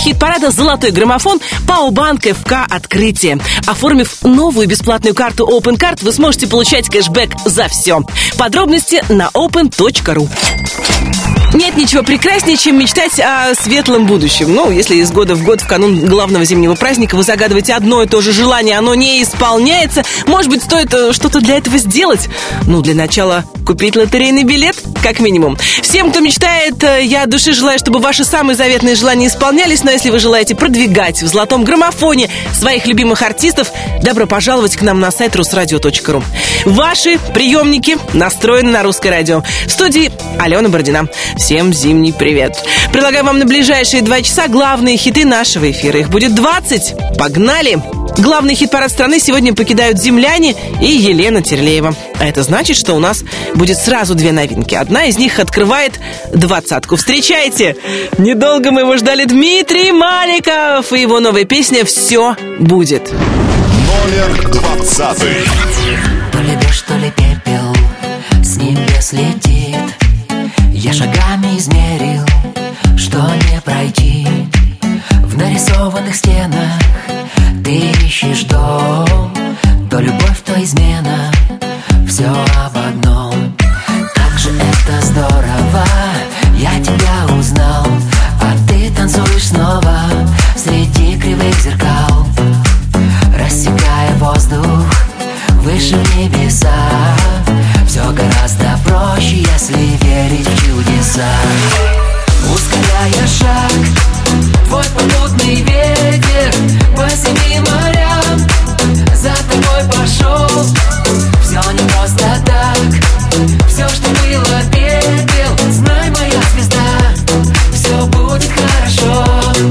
хит-парада «Золотой граммофон» Пауэрбанк ФК «Открытие». Оформив новую бесплатную карту OpenCard, вы сможете получать кэшбэк за все. Подробности на open.ru. Нет ничего прекраснее, чем мечтать о светлом будущем. Ну, если из года в год в канун главного зимнего праздника вы загадываете одно и то же желание, оно не исполняется, может быть, стоит что-то для этого сделать? Ну, для начала купить лотерейный билет, как минимум. Всем, кто мечтает, я от души желаю, чтобы ваши самые заветные желания исполнялись. Но если вы желаете продвигать в золотом граммофоне своих любимых артистов, добро пожаловать к нам на сайт rusradio.ru. Ваши приемники настроены на русское радио. В студии Алена Бородина. Всем зимний привет. Предлагаю вам на ближайшие 2 часа главные хиты нашего эфира. Их будет 20. Погнали! Главный хит-парад страны сегодня покидают «Земляне» и Елена Терлеева. А это значит, что у нас будет сразу 2 новинки. Одна из них открывает 20-ку. Встречайте! Недолго мы его ждали. Дмитрий Маликов и его новая песня «Все будет». Номер 20. То ли дождь, то ли пепел с небес летит. Я шагами измерил, что не пройти. В нарисованных стенах ты ищешь дом. То любовь, то измена, все об одном. Как же это здорово, я тебя узнал. А ты танцуешь снова среди кривых зеркал, рассекая воздух выше в небеса. Все гораздо проще, если верить в чудеса. Ускоряя шаг, твой попутный ветер по 7 морям за тобой пошел. Все не просто так, все, что было, пепел. Знай, моя звезда, все будет хорошо.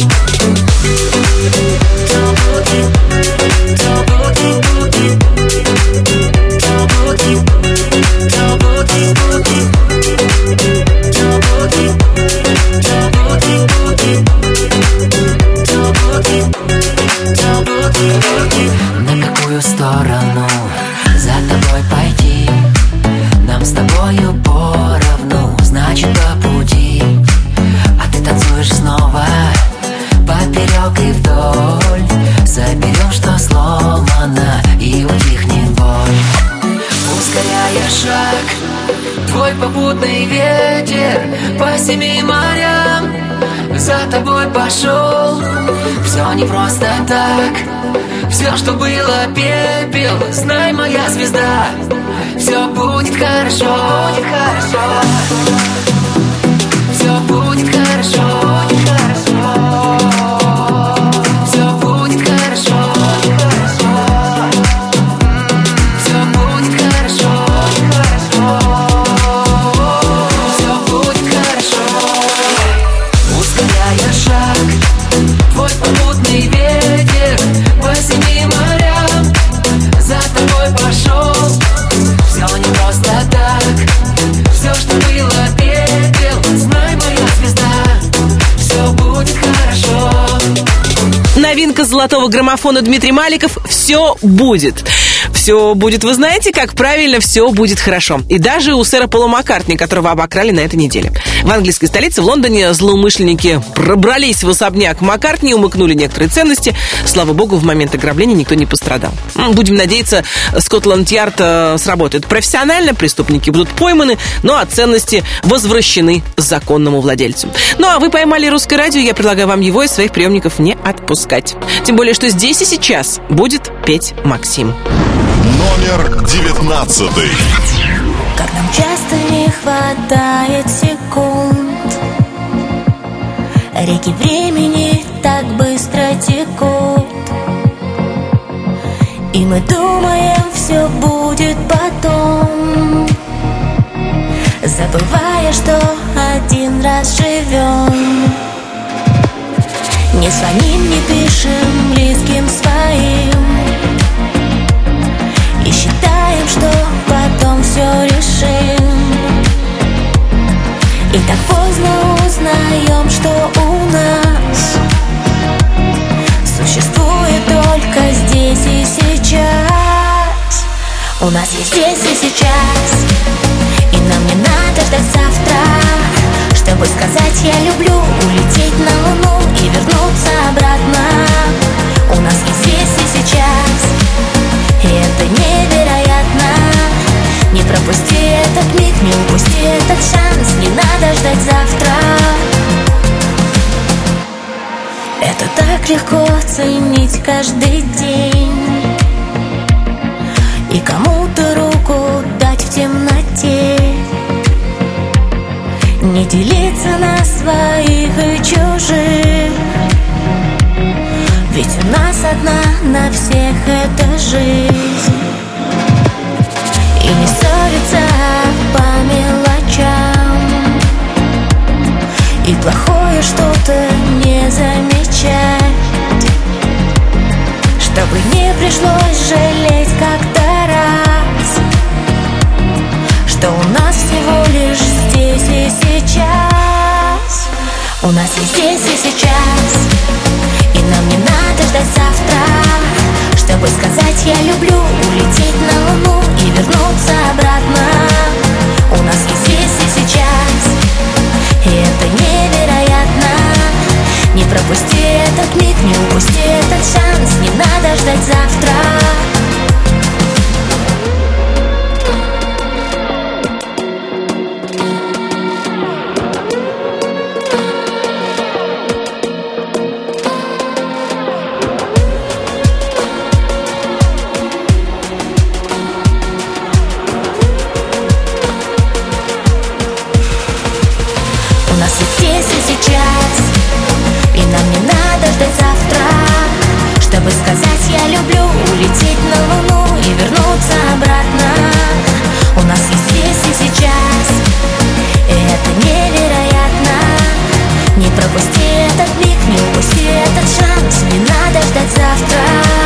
На какую сторону за тобой пойти? Нам с тобою поровну, значит по пути. А ты танцуешь снова поперек и вдоль. Заберем, что сломано, и утихнет боль. Ускоряя шаг, твой попутный ветер по 7 морям за тобой пошел. Все не просто так, все, что было, пепел. Знай, моя звезда, все будет хорошо. Будет хорошо. Все будет хорошо. Будет хорошо. Все будет хорошо. Будет хорошо. Все будет хорошо. Все будет хорошо. Ускоряя шаг, твой попутный ветер по 7 морям за тобой пошел. Все не просто так, все, что было, пепел. Знай, моя звезда, все будет хорошо. Новинка золотого граммофона Дмитрий Маликов «Все будет». Все будет, вы знаете, как правильно, все будет хорошо. И даже у сэра Пола Маккартни, которого обокрали на этой неделе. В английской столице, в Лондоне, злоумышленники пробрались в особняк Маккартни, умыкнули некоторые ценности. Слава богу, в момент ограбления никто не пострадал. Будем надеяться, Скотланд-Ярд сработает профессионально, преступники будут пойманы, ну а ценности возвращены законному владельцу. Ну а вы поймали русское радио, я предлагаю вам его из своих приемников не отпускать. Тем более, что здесь и сейчас будет петь Максим. Номер 19. Как нам часто не хватает секунд, реки времени так быстро текут, и мы думаем, все будет потом, забывая, что один раз живем. Не звоним, не пишем близким своим и считаем, что потом все решим. И так поздно узнаем, что у нас существует только здесь и сейчас. У нас есть здесь и сейчас, и нам не надо ждать завтра, что чтобы сказать я люблю, улететь на Луну и вернуться обратно. У нас есть здесь и сейчас, и это невероятно. Не пропусти этот миг, не упусти этот шанс, не надо ждать завтра. Это так легко ценить каждый день и кому-то руку дать в темноте. Не делиться на своих и чужих, ведь у нас одна на всех эта жизнь. И не ссориться по мелочам, и плохое что-то не замечать, чтобы не пришлось жалеть как-то раз, что у нас всего лишь здесь и сейчас. У нас есть здесь и сейчас, и нам не надо ждать завтра, чтобы сказать я люблю, улететь на Луну и вернуться обратно. У нас есть здесь и сейчас, и это невероятно. Не пропусти этот миг, не упусти этот шанс, не надо ждать завтра. Чтобы сказать я люблю, улететь на Луну и вернуться обратно. У нас есть здесь и сейчас, и это невероятно. Не пропусти этот миг, не упусти этот шанс, не надо ждать завтра.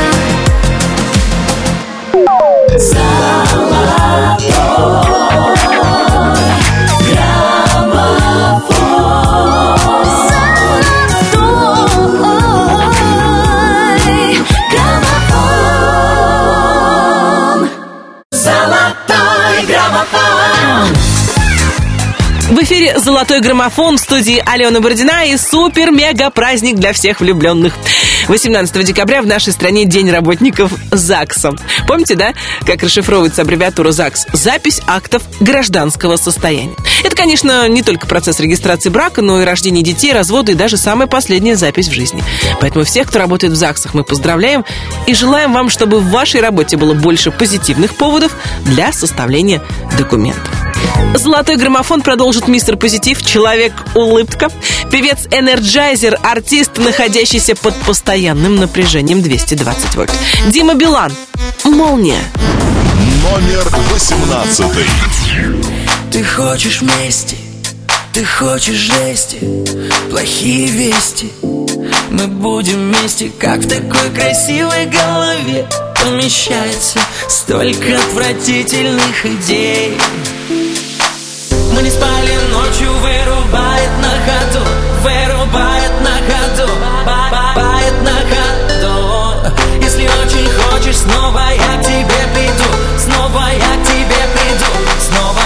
В эфире «Золотой граммофон», в студии Алена Бородина и супер-мега-праздник для всех влюбленных. 18 декабря в нашей стране День работников ЗАГСа. Помните, да, как расшифровывается аббревиатура ЗАГС? Запись актов гражданского состояния. Это, конечно, не только процесс регистрации брака, но и рождение детей, развода и даже самая последняя запись в жизни. Поэтому всех, кто работает в ЗАГСах, мы поздравляем и желаем вам, чтобы в вашей работе было больше позитивных поводов для составления документов. «Золотой граммофон» продолжит мистер Позитив, человек-улыбка, певец Энерджайзер, артист, находящийся под постоянным напряжением 220 вольт. Дима Билан, «Молния». Номер 18. Ты хочешь мести, ты хочешь жести, плохие вести. Мы будем вместе, как в такой красивой голове помещается столько отвратительных идей. Мы не спали ночью, вырубает на ходу, вырубает на ходу, бает на ходу. Если очень хочешь, снова я к тебе приду, снова я к тебе приду, снова.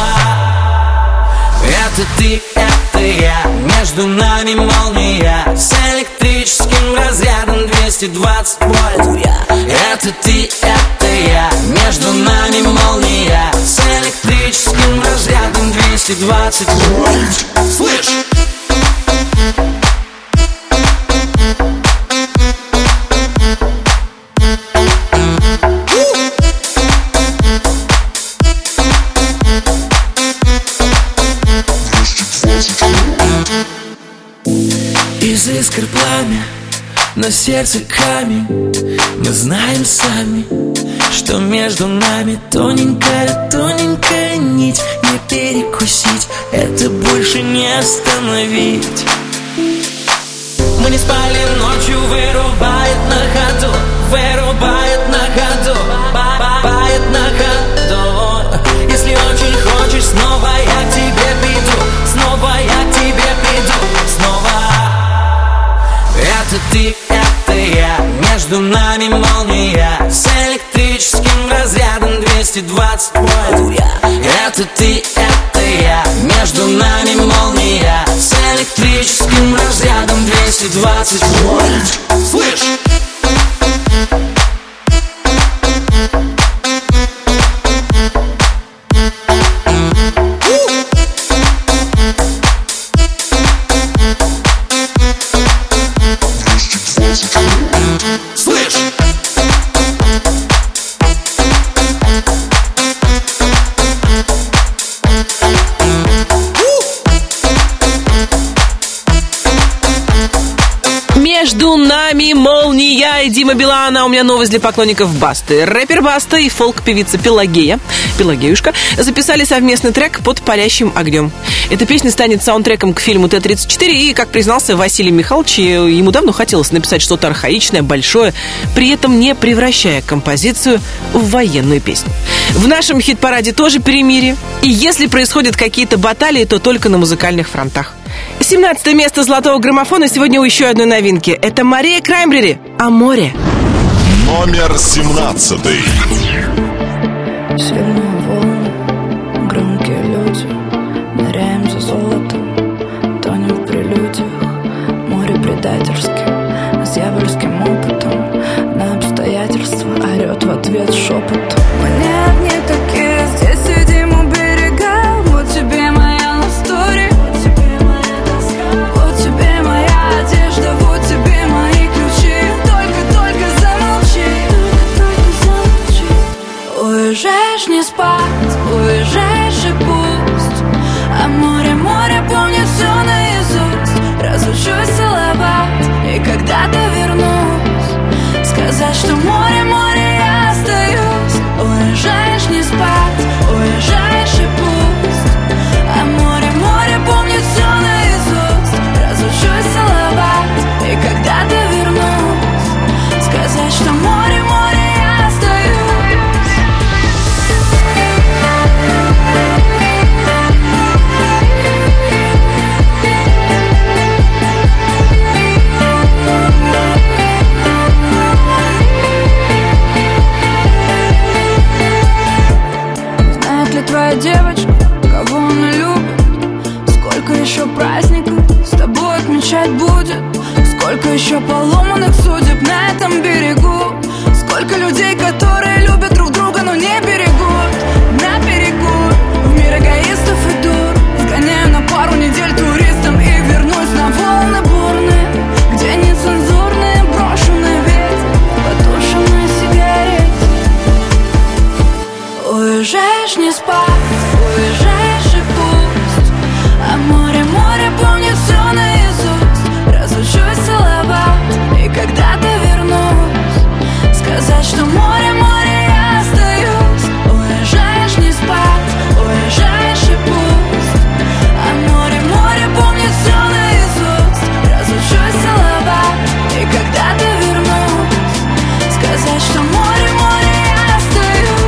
Это ты, это я, между нами молния, с электрическим разрядом 220 вольт. Это ты, это я, между нами молния, с электрическим разрядом 220 вольт. Слышь! Из искр пламя, на сердце камень. Мы знаем сами, что между нами тоненькая, тоненькая нить. Не перекусить, это больше не остановить. Мы не спали ночью, вырубает на ходу, вырубает на ходу, бает на ходу. Если очень хочешь, снова я к тебе приду, снова я к тебе приду, снова. Это ты, это я, между нами молния, с электрическим разрядом 220 вольт. Это ты, это я, между нами молния, с 220 вольт. Слышь! Между нами молния и Дима Билан. А у меня новость для поклонников Басты. Рэпер Баста и фолк-певица Пелагеюшка записали совместный трек «Под палящим огнем». Эта песня станет саундтреком к фильму Т-34. И, как признался Василий Михайлович, ему давно хотелось написать что-то архаичное, большое, при этом не превращая композицию в военную песню. В нашем хит-параде тоже перемирие. И если происходят какие-то баталии, то только на музыкальных фронтах. 17 место золотого граммофона сегодня у еще одной новинки. Это Мария Краймбрери «О море». Номер 17. Сильные волны, громкие люди, ныряем за золотом, тонем в прелюдиях. Море предательски, с дьявольским опытом, на обстоятельства орет в ответ шепот. Мы не одни такие, здесь сидим у берега. Вот тебе моя лавстори, вот тебе моя одежда, вот тебе мои ключи. Только замолчи, Уезжаешь не спать, уезжаешь и пусть. А море помнит все наизусть. Разучусь целовать и когда-то вернусь, сказать, что море, я остаюсь. Уезжаешь не спать, уезжаешь и пусть. А море помнит все наизусть. Разучусь целовать и когда-то вернусь, сказать, что море, я остаюсь. Знает ли твоя девочка, кого она любит? Сколько еще праздников с тобой отмечать будет? Сколько еще поломанных судеб на этом берегу? Сколько людей, которые любят друг друга, но не берегут? На берегу в мир эгоистов и дур сгоняю на пару недель туристом и вернусь на волны бурные, где нецензурные брошенные ветер, потушенные сигареты. Уезжаешь не спать, уезжаешь и пусть. А море помнит все наизусть. Разучусь целовать и когда-то вернусь, сказать, что море, я остаюсь. Уезжаешь не спать, уезжаешь и пусть. А море помнит все наизусть. Разучусь целовать и когда-то вернусь, сказать, что море, я остаюсь.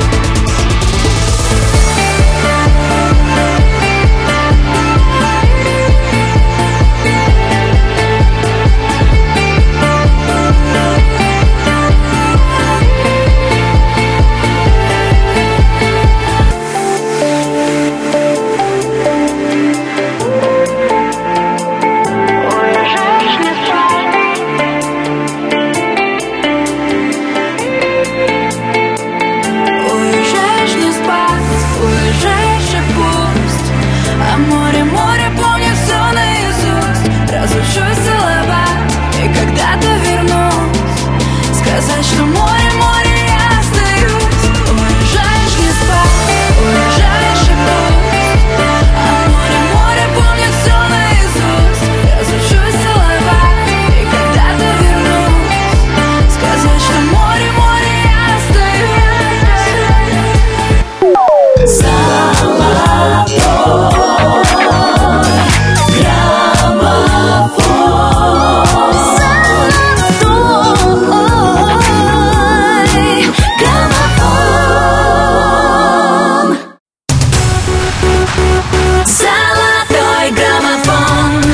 Уезжаешь не спать, уезжаешь и пусть. А море помнит все наизусть. Разучусь целовать и когда-то вернусь, сказать, что море, я остаюсь. Уезжаешь не спать, уезжаешь и пусть. А море помнит все наизусть. Разучусь целовать и когда-то вернусь, сказать, что море, я остаюсь. Золотой граммофон.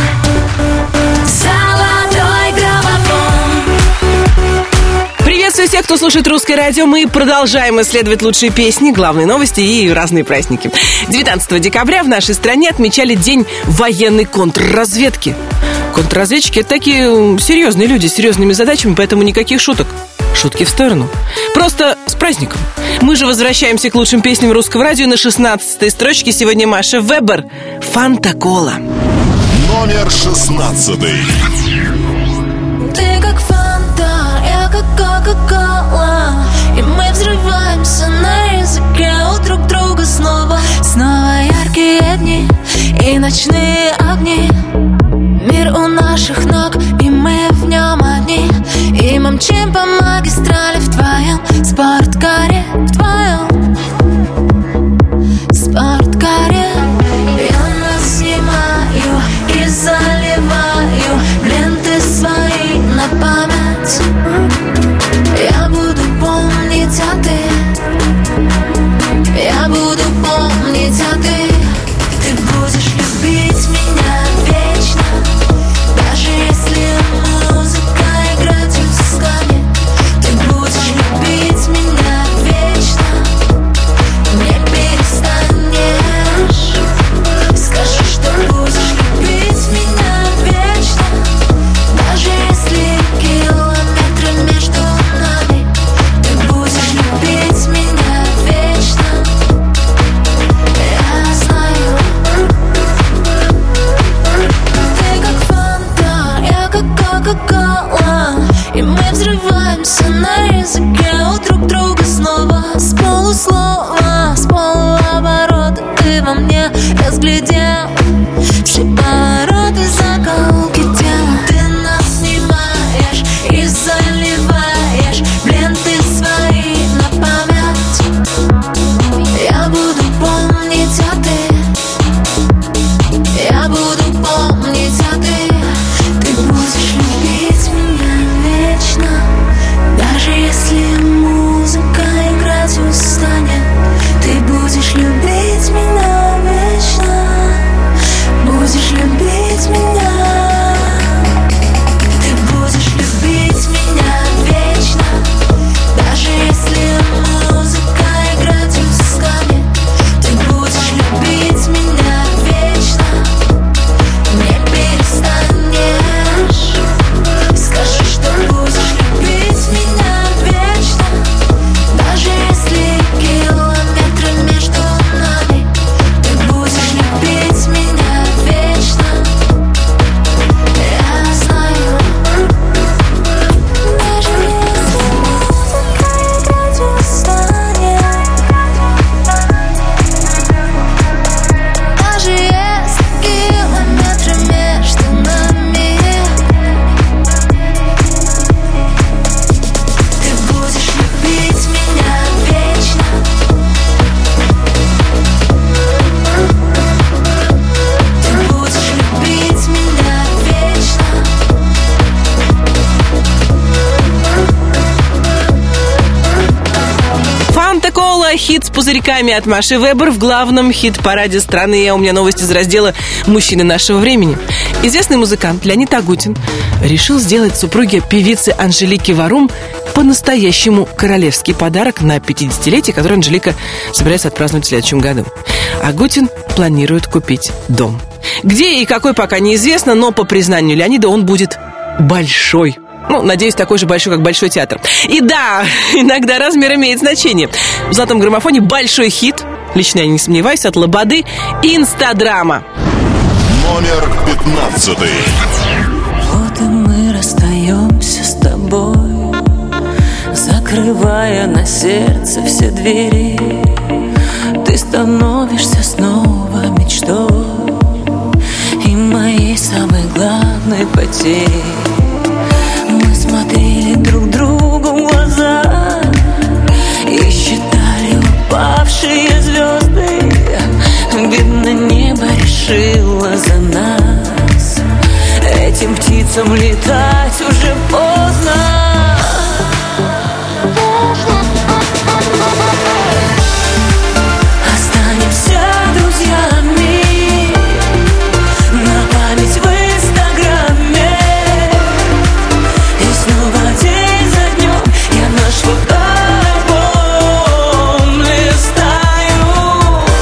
Золотой граммофон. Приветствую всех, кто слушает русское радио. Мы продолжаем исследовать лучшие песни, главные новости и разные праздники. 19 декабря в нашей стране отмечали День военной контрразведки. Контрразведчики — это такие серьезные люди с серьезными задачами, поэтому никаких шуток. Шутки в сторону. Просто с праздником. Мы же возвращаемся к лучшим песням русского радио на 16-й строчке. Сегодня Маша Вебер. «Фанта-кола». Номер 16. Ты как фанта, я как кока-кола, и мы взрываемся на языке у друг друга снова. Снова яркие дни и ночные огни. Мир у наших ног, и мы в нем одни. И мы мчим по магистрали в твоем спорткаре, в твоем спорткаре. Я нас снимаю и заливаю ленты свои на память. Я буду помнить, а ты, я буду помнить, а ты будешь любить меня вечно. Даже если музыка играть станет, ты будешь любить меня вечно. Не перестанешь. Скажи, что будешь любить меня вечно. Даже если километры между нами, ты будешь любить меня вечно. Я знаю. Ты как фанта, я как кока-кола, и мы взрываемся на языке у друг друга снова. С полуслова, с полуоборота ты во мне разглядел все повороты, закоулки тела. Ты нас снимаешь и заливаешь в ленты свои на память. Я буду помнить, а ты, я буду помнить, а ты будешь любить меня вечно. Даже если музыка играть устанет, ты будешь любить меня вечно. Будешь любить меня. Ты будешь любить меня вечно. Даже если музыка играть устанет, ты будешь любить меня вечно. Не перестанешь. Скажи, что будешь любить меня вечно. Даже если километры между нами, ты будешь любить меня вечно. Я знаю. Даже если музыка играть устанет, даже если километры между нами, ты будешь любить меня вечно. Ты будешь любить меня вечно. «Фанта-кола» — хит с пузырьками от Маши Вебер в главном хит-параде страны. А у меня новость из раздела «Мужчины нашего времени». Известный музыкант Леонид Агутин решил сделать супруге певицы Анжелики Варум по-настоящему королевский подарок на 50-летие, которое Анжелика собирается отпраздновать в следующем году. Агутин планирует купить дом. Где и какой, пока неизвестно, но, по признанию Леонида, он будет большой. Ну, надеюсь, такой же большой, как Большой театр. И да, иногда размер имеет значение. В «Золотом граммофоне» большой хит, лично я не сомневаюсь, от Лободы «Инстадрама». Номер 15. Вот и мы расстаемся с тобой, закрывая на сердце все двери. Ты становишься снова мечтой и моей самой главной потерей. Мы смотрели друг другу в глаза и считали упавшие звезды. Видно, небо решило за нас. Этим птицам летать уже поздно. Останемся друзьями на память в Инстаграме. И снова день за днем я наш фотоальбом листаю.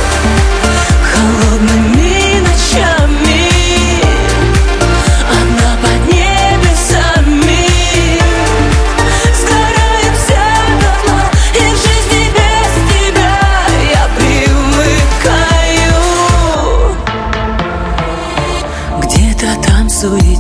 Холодными ночами одна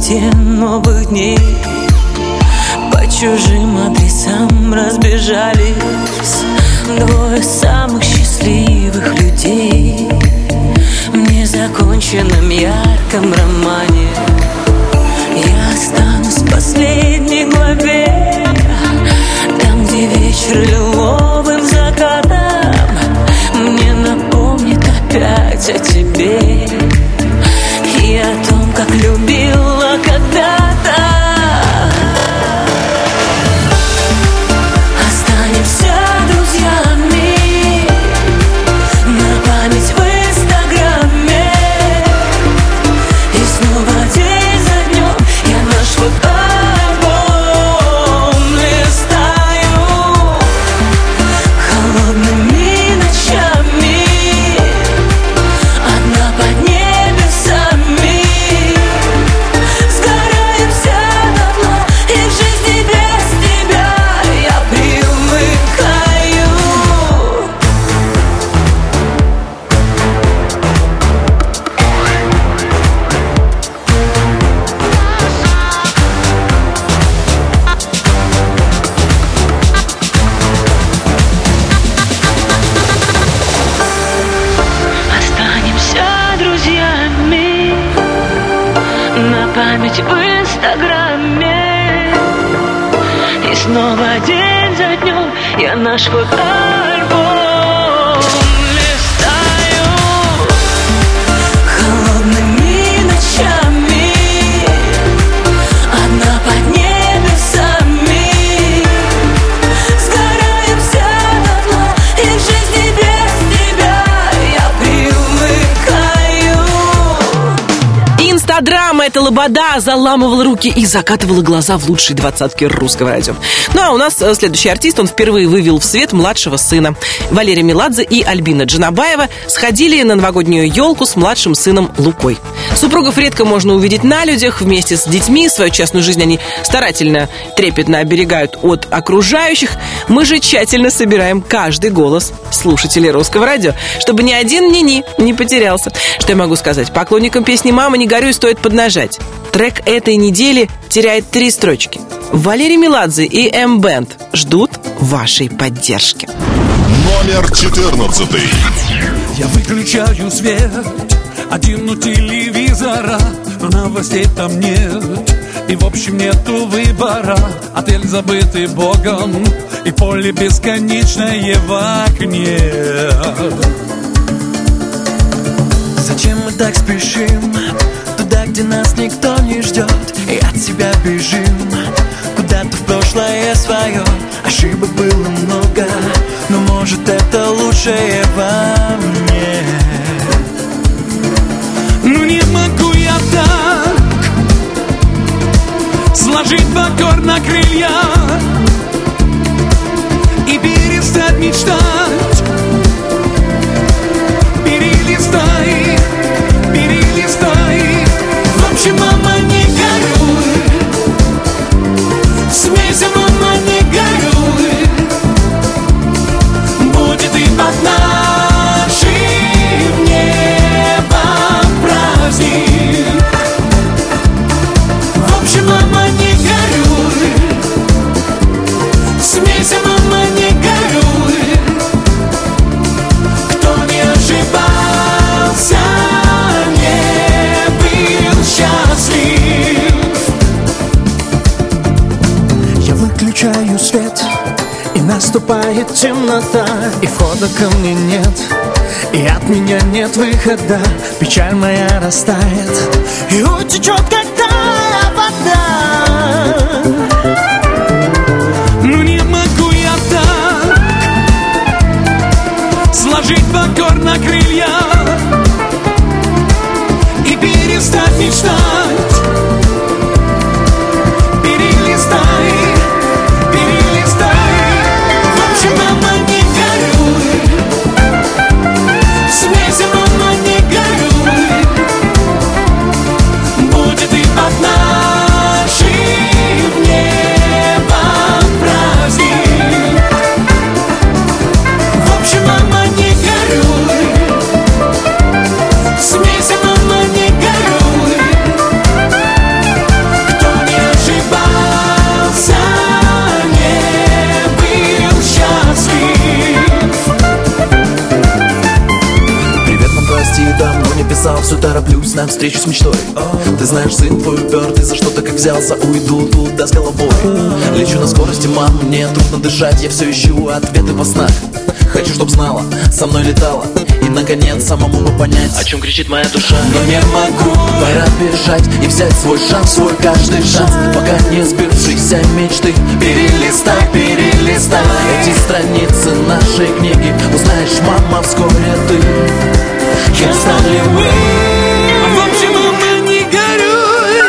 темноте новых дней по чужим адресам разбежались двое самых счастливых людей в незаконченном ярком романе. Я останусь в последней главе, там, где вечер лиловым закатом мне напомнит опять о тебе и о том, как любила когда-то. Останемся друзьями на память в Инстаграме. И снова день за днем я наш фотоальбом листаю холодными ночами, одна под небесами. Сгораемся давно, и в жизни без тебя я привыкаю. Останемся друзьями на память в Инстаграме. И снова день за днем я наш фотоальбом листаю холодными ночами, одна под небесами. Сгораемся давно, и в жизни без тебя я привыкаю. Инстадрама — это лобода, заламывала руки и закатывала глаза в лучшие двадцатки русского радио. Ну а у нас следующий артист, он впервые вывел в свет младшего сына. Валерий Меладзе и Альбина Джанабаева сходили на новогоднюю елку с младшим сыном Лукой. Супругов редко можно увидеть на людях. Вместе с детьми свою частную жизнь они старательно, трепетно оберегают от окружающих. Мы же тщательно собираем каждый голос слушателей русского радио, чтобы ни один ни-ни не потерялся. Что я могу сказать? Поклонникам песни «Мама, не горюй» стоит поднажать. Трек этой недели теряет 3 строчки. Валерий Меладзе и М-бенд ждут вашей поддержки. Номер 14. Я выключаю свет, один у телевизора, но новостей там нет. И в общем нету выбора. Отель, забытый Богом, и поле бесконечное в окне. Зачем мы так спешим туда, где нас никто не ждет, и от себя бежим куда-то в прошлое свое? Ошибок было много, но может это лучшее во мне. Ну не могу я так сложить покор на крылья и перестать мечтать. Перелистай, перелистай. В общем, мама, не горюй, смейся, мама, не горюй. Будет и под нашим небом праздник. В общем, мама, не горюй, смейся, мама, не горюй. Кто не ошибался, не был счастлив. Я выключаю свет, и наступает темнота, и входа ко мне нет, и от меня нет выхода. Печаль моя растает и утечет, как тая вода. Ну не могу я так сложить покор на крылья и перестать мечтать. Перелистай, перелистай. В общем, мама, не горюй, смейся, мама, не горюй. Будет и под нашим небом сказал, все тороплюсь на встречу с мечтой. Ты знаешь, сын твой упертый, за что-то как взялся, уйду туда с головой. Лечу на скорости, мам, мне трудно дышать, я все ищу ответы во снах. Хочу, чтоб знала, со мной летала, и наконец самому бы понять, о чем кричит моя душа. Но не могу, пора бежать и взять свой шанс, свой каждый шанс, пока не сбившиеся мечты. Перелистай, перелистай эти страницы нашей книги. Узнаешь, мама, вскоре ты кем стали мы. В общем, мама, не горюй,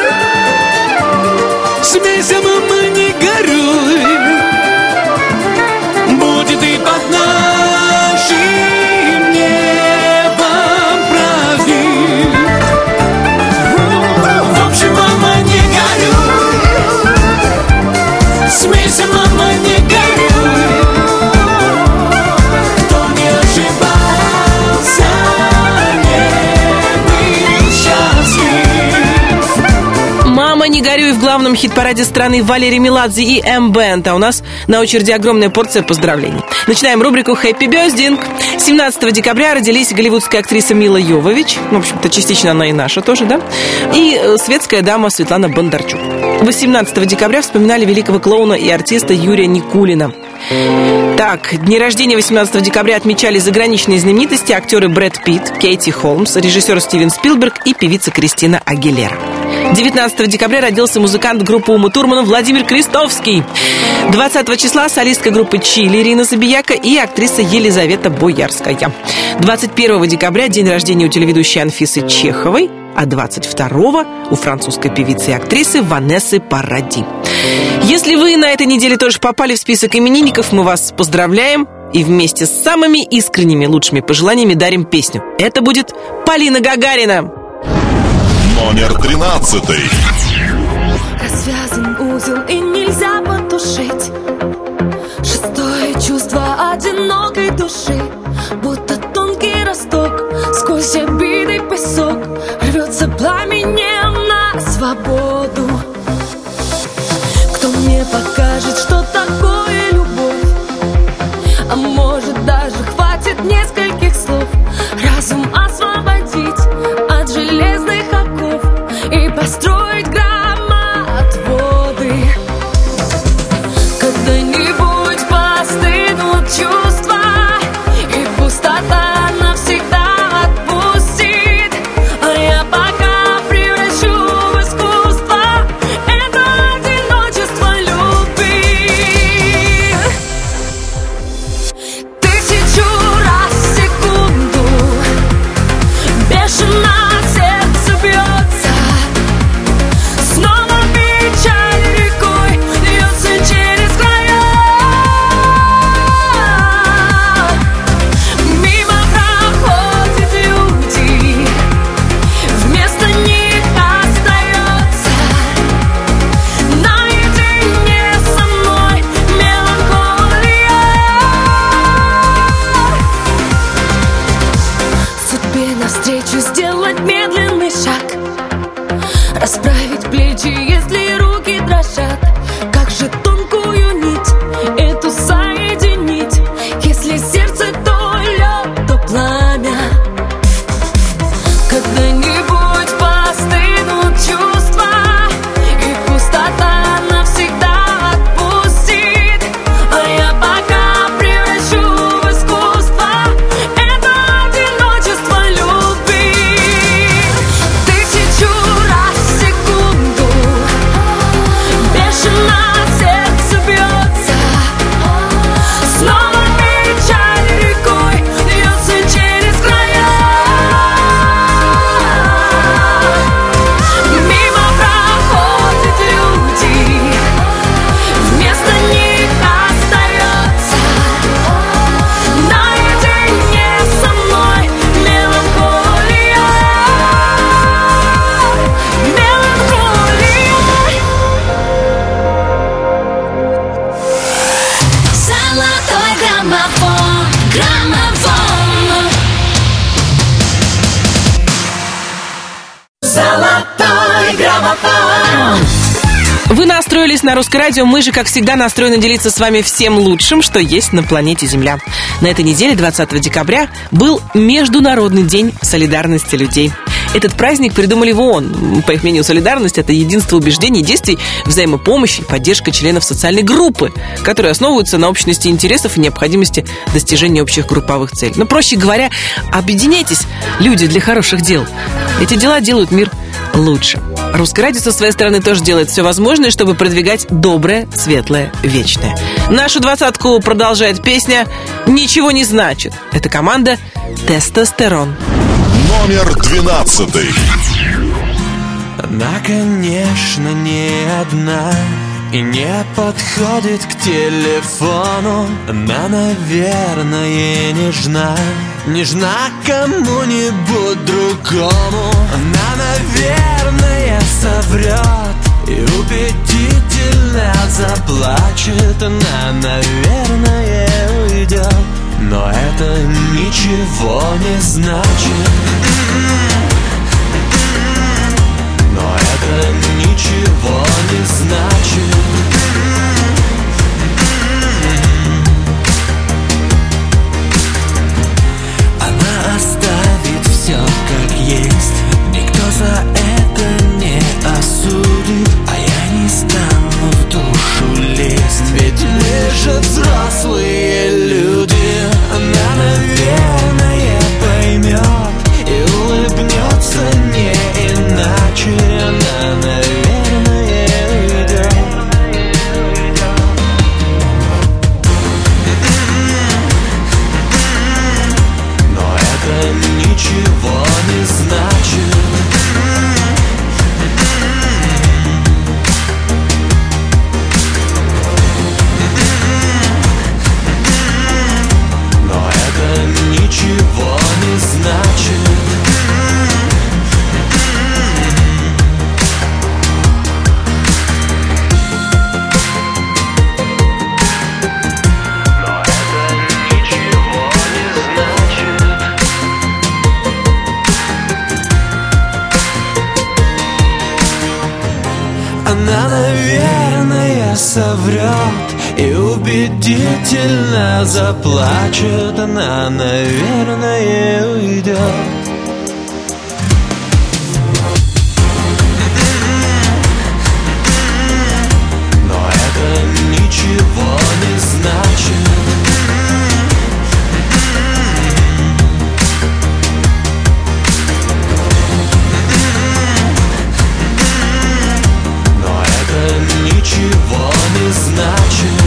смейся, мама, не горюй, будет и под нашим небом праздник. В общем, мама, не горюй, смейся, мама, не горюй. Кто не ошибался, не был счастлив. «Мама, не горюй» в главном хит-параде страны Валерий Меладзе и М-Бэнд. А у нас на очереди огромная порция поздравлений. Начинаем рубрику «Хэппи Бёздинг». 17 декабря родились голливудская актриса Мила Йовович. В общем-то, частично она и наша тоже, да? И светская дама Светлана Бондарчук. 18 декабря вспоминали великого клоуна и артиста Юрия Никулина. Так, дни рождения 18 декабря отмечали заграничные знаменитости: актеры Брэд Питт, Кейти Холмс, режиссер Стивен Спилберг и певица Кристина Агилера. 19 декабря родился музыкант группы Умы Турмана Владимир Крестовский. 20 числа солистка группы Чили Ирина Забияка и актриса Елизавета Боярская. 21 декабря день рождения у телеведущей Анфисы Чеховой, а 22 у французской певицы и актрисы Ванессы Паради. Если вы на этой неделе тоже попали в список именинников, мы вас поздравляем и вместе с самыми искренними лучшими пожеланиями дарим песню. Это будет Полина Гагарина. Номер 13. Развязан узел и нельзя потушить шестое чувство одинокой души, будто тонкий росток сквозь обиды песок рвется пламенем на свободу. Кто мне покажет, что такое любовь? А может, даже хватит нескольких слов разум освободить от железных оков и построить громоотводы. Когда-нибудь постынут чувства, и пустота навсегда отпустит, а я пока превращу в искусство это одиночество любви. Тысячу раз в секунду устроились на Русское радио, мы же, как всегда, настроены делиться с вами всем лучшим, что есть на планете Земля. На этой неделе, 20 декабря, был Международный день солидарности людей. Этот праздник придумали в ООН. По их мнению, солидарность – это единство убеждений, действий, взаимопомощи и поддержка членов социальной группы, которые основываются на общности интересов и необходимости достижения общих групповых целей. Но, проще говоря, объединяйтесь, люди, для хороших дел. Эти дела делают мир лучше. Русское радио со своей стороны тоже делает все возможное, чтобы продвигать доброе, светлое, вечное. Нашу двадцатку продолжает песня «Ничего не значит». Это команда «Тестостерон». Номер 12. Она, конечно, не одна и не подходит к телефону. Она, наверное, нежна к кому-нибудь другому. Она, наверное, соврет и убедительно заплачет. Она, наверное, уйдет, но это ничего не значит. Но это ничего не значит. Она оставит все как есть, никто за это не осудит, а я не стану в душу лезть, ведь мы же взрослые люди. Она, наверное, поймет и улыбнется не иначе. Она, наверное, уйдет. Но это ничего не значит. Ничего не значит. Но это ничего не значит. Она, наверное, соврет и убедительно заплачет. Она, наверное, уйдет. Но это ничего не значит. Но это ничего не значит.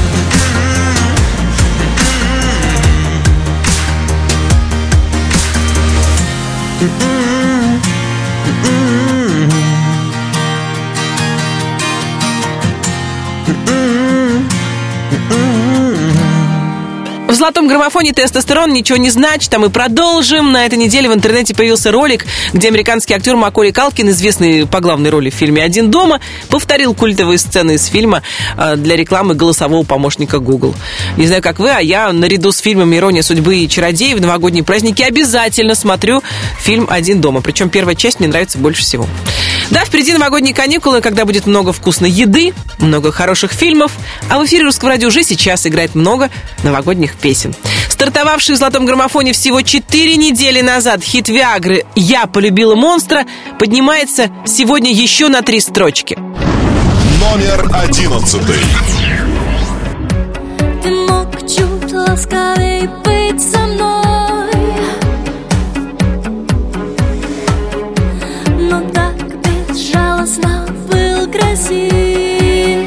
В золотом граммофоне «Тестостерон» ничего не значит, а мы продолжим. На этой неделе в интернете появился ролик, где американский актер Маколей Калкин, известный по главной роли в фильме «Один дома», повторил культовые сцены из фильма для рекламы голосового помощника Google. Не знаю, как вы, а я наряду с фильмом «Ирония судьбы» и «Чародеи» в новогодние праздники обязательно смотрю фильм «Один дома». Причем первая часть мне нравится больше всего. Да, впереди новогодние каникулы, когда будет много вкусной еды, много хороших фильмов, а в эфире Русского радио уже сейчас играет много новогодних песен. Стартовавший в золотом граммофоне всего 4 недели назад хит Виагры «Я полюбила монстра» поднимается сегодня еще на 3 строчки. Номер 11. Ты мог чуть ласковей быть со мной, но так безжалостно был красив,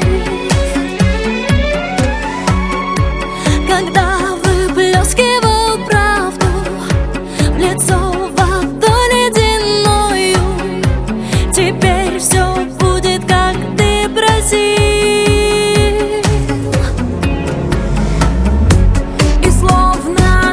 когда выплескивал правду в лицо водой ледяною. Теперь все будет, как ты просил. И словно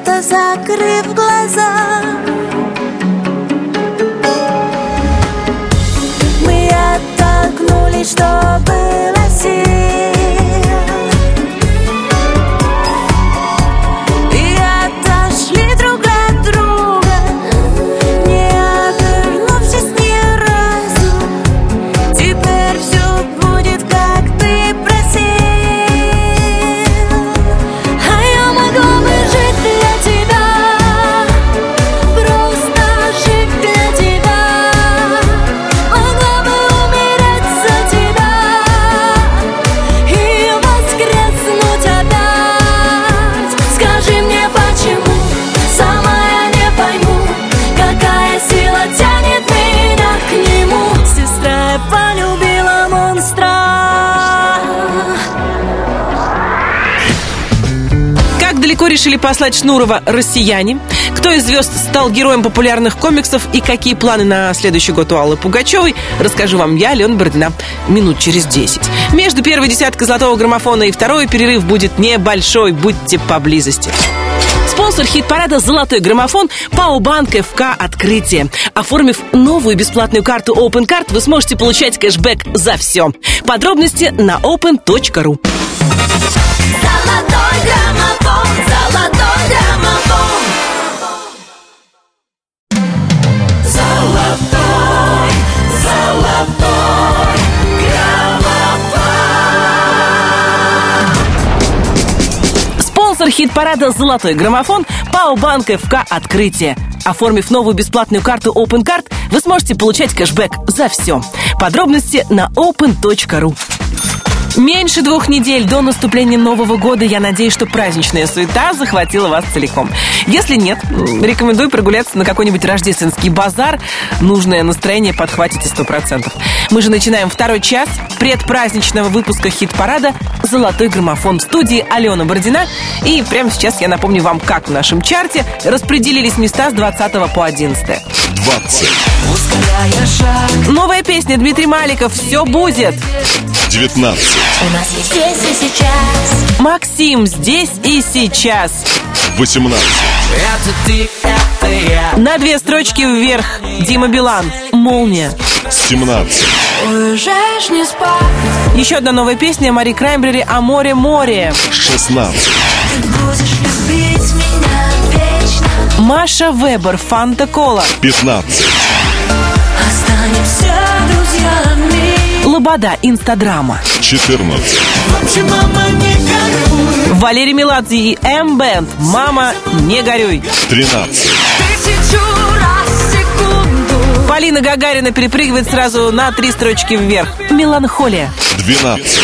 будто закрыв глаза. Мы оттолкнулись, что было сил, и отошли друг от друга, не обернувшись ни разу. Теперь все будет, как ты просил, а я могла бы жить для тебя, просто жить для тебя, могла бы умереть за тебя и воскреснуть опять. Скажи мне, почему, сама я не пойму, какая сила тянет меня к нему. Сестра, я полюбила монстра. Как далеко решили послать Шнурова россияне? Кто из звезд стал героем популярных комиксов и какие планы на следующий год у Аллы Пугачевой, расскажу вам я, Алена Бородина, минут через 10. Между первой десяткой золотого граммофона и второй перерыв будет небольшой, будьте поблизости. Спонсор хит-парада «Золотой граммофон» ПАО «Банк ФК Открытие». Оформив новую бесплатную карту OpenCard, вы сможете получать кэшбэк за все. Подробности на open.ru. Золотой граммофон, золотой граммофон. Золотой, золотой граммофон. Спонсор хит-парада «Золотой граммофон» ПАО «Банк ФК Открытие». Оформив новую бесплатную карту OpenCard, вы сможете получать кэшбэк за все. Подробности на open.ru. Меньше 2 недель до наступления Нового года. Я надеюсь, что праздничная суета захватила вас целиком. Если нет, рекомендую прогуляться на какой-нибудь рождественский базар. Нужное настроение подхватите 100%. Мы же начинаем второй час предпраздничного выпуска хит-парада «Золотой граммофон». В студии Алена Бородина. И прямо сейчас я напомню вам, как в нашем чарте распределились места с 20 по 11. 20. Ускоряя шаг, Новая песня Дмитрий Маликов «Все будет». 19. У нас есть здесь и сейчас. Максим «Здесь и сейчас». 18. Это ты, это я. На 2 строчки вверх Дима Билан «Молния». 17. Уезжаешь не спать, Еще одна новая песня Мари Краймбрери «О море, море». 16. Ты будешь любить меня вечно. Маша Вебер «Фанта Кола». 15. Останемся друзьями. Лобода «Инстадрама». 14. Мама, не горюй. Валерий Меладзе и М-Бэнд «Мама, не горюй». 13. 1000 раз в секунду. Полина Гагарина перепрыгивает сразу на 3 строчки вверх. «Меланхолия». 12.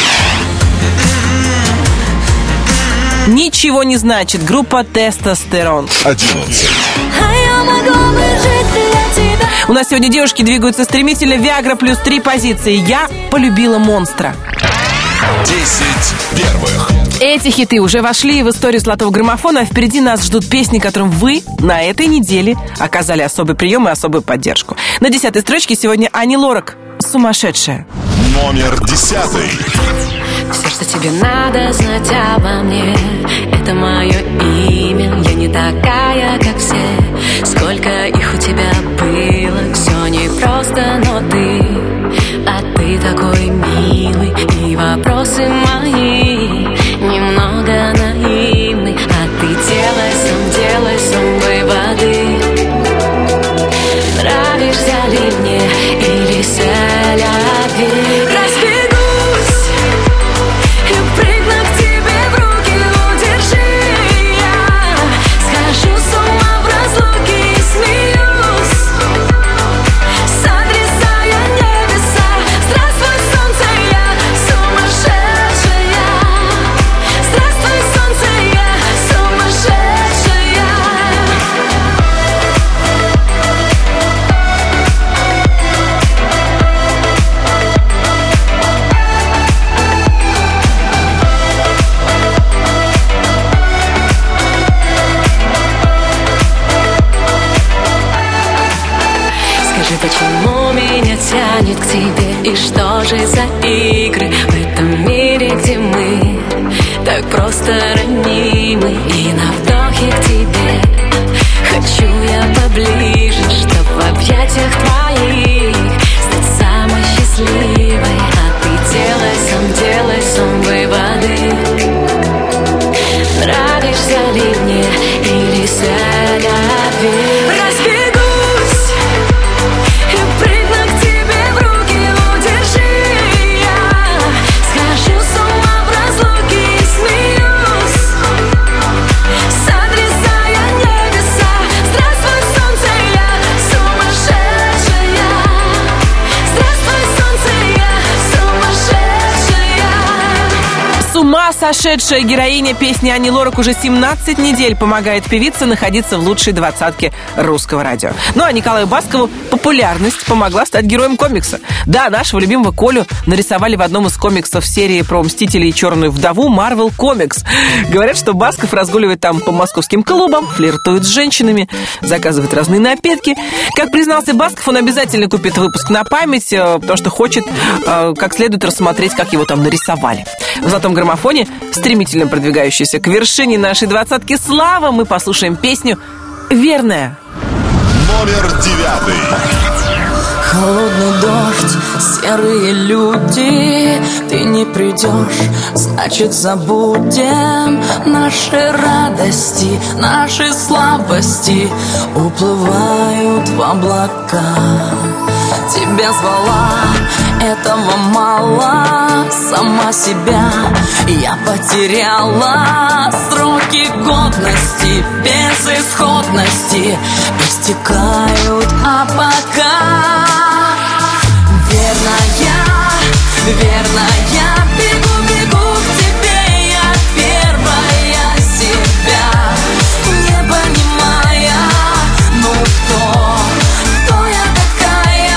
Ничего не значит. Группа «Тестостерон». 11. А я могла бы жить для тебя. У нас сегодня девушки двигаются стремительно. Виагра плюс 3 позиции. Я полюбила монстра. 10 первых. Эти хиты уже вошли в историю золотого граммофона, а впереди нас ждут песни, которым вы на этой неделе оказали особый прием и особую поддержку. На 10-й строчке сегодня Ани Лорак «Сумасшедшая». Номер 10. Все, что тебе надо знать обо мне, это мое имя. Я не такая, как все. Сколько их у тебя было, все непросто, но ты такой милый. И вопросы мои немного наивны. А ты делай сам выводы. Нравишься ли мне или селяви? Разбегусь и прыгну к тебе в руки, удержи я. Схожу с ума в разлуке и смеюсь, сотрясая небеса. Здравствуй, солнце, я сумасшедшая. Здравствуй, солнце, я сумасшедшая. Скажи, почему меня тянет к тебе? И что же за игры в этом мире, где мы так просто ранимый. И на вдохе к тебе хочу я поближе, чтоб в объятиях твоих стать самой счастливой. А ты делай сам выводы. Нравишься ли мне или селяви? Разбегусь и прыгну к тебе в руки, удержи я. Схожу с ума в разлуке и смеюсь, сотрясая небеса. Здравствуй, солнце, я сумасшедшая. Здравствуй, солнце, я сумасшедшая. С ума сошедшая героиня песни Ани Лорак уже 17 недель помогает певице находиться в лучшей двадцатке русского радио. Ну а Николаю Баскову популярность помогла стать героем комикса. Да, нашего любимого Колю нарисовали в одном из комиксов серии про Мстителей и Черную вдову Marvel Comics. Говорят, что Басков разгуливает там по московским клубам, флиртует с женщинами, заказывает разные напитки. Как признался Басков, он обязательно купит выпуск на память, потому что хочет как следует рассмотреть, как его там нарисовали. В «Золотом граммофоне», стремительно продвигающейся к вершине нашей двадцатки славы, мы послушаем песню «Верная». Номер 9. Холодный дождь, серые люди. Ты не придешь, значит забудем наши радости, наши слабости уплывают в облака. Тебя звала, этого мало, сама себя я потеряла. Сроки годности, безысходности истекают, а пока верная, бегу к тебе, я первая себя не понимая. Ну кто я такая?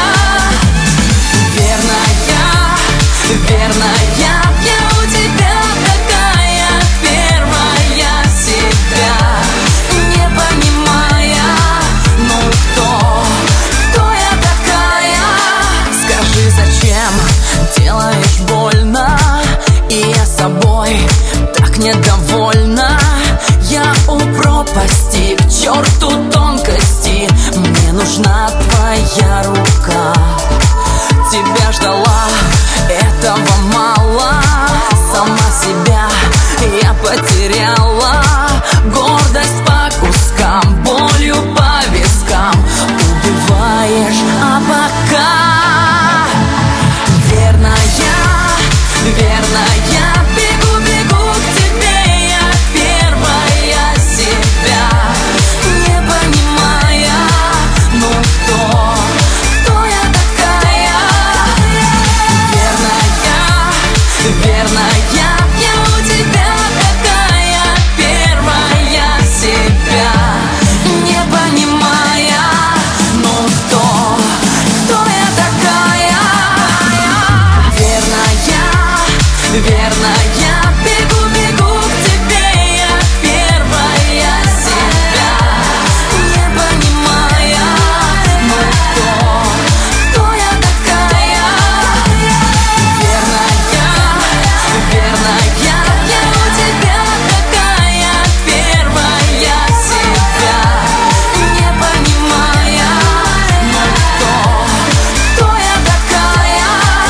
Верная, я у тебя такая первая себя не понимая. Ну кто я такая? Скажи, зачем делаешь больно? И я собой так недовольна. Я у пропасти, к черту тонкости. Мне нужна твоя рука. Тебя ждала, этого мало, сама себя я потеряла. Гордость по кускам, болью по вискам убиваешь, а пока верная, бегу к тебе, я первая себя не понимая. Ну кто я такая? Верная, я у тебя такая первая себя не понимая. Ну кто я такая? Верная, бегу к тебе, я первая себя не понимая. Ну кто я такая? Верная, я у тебя такая первая себя не понимая. Ну кто я такая?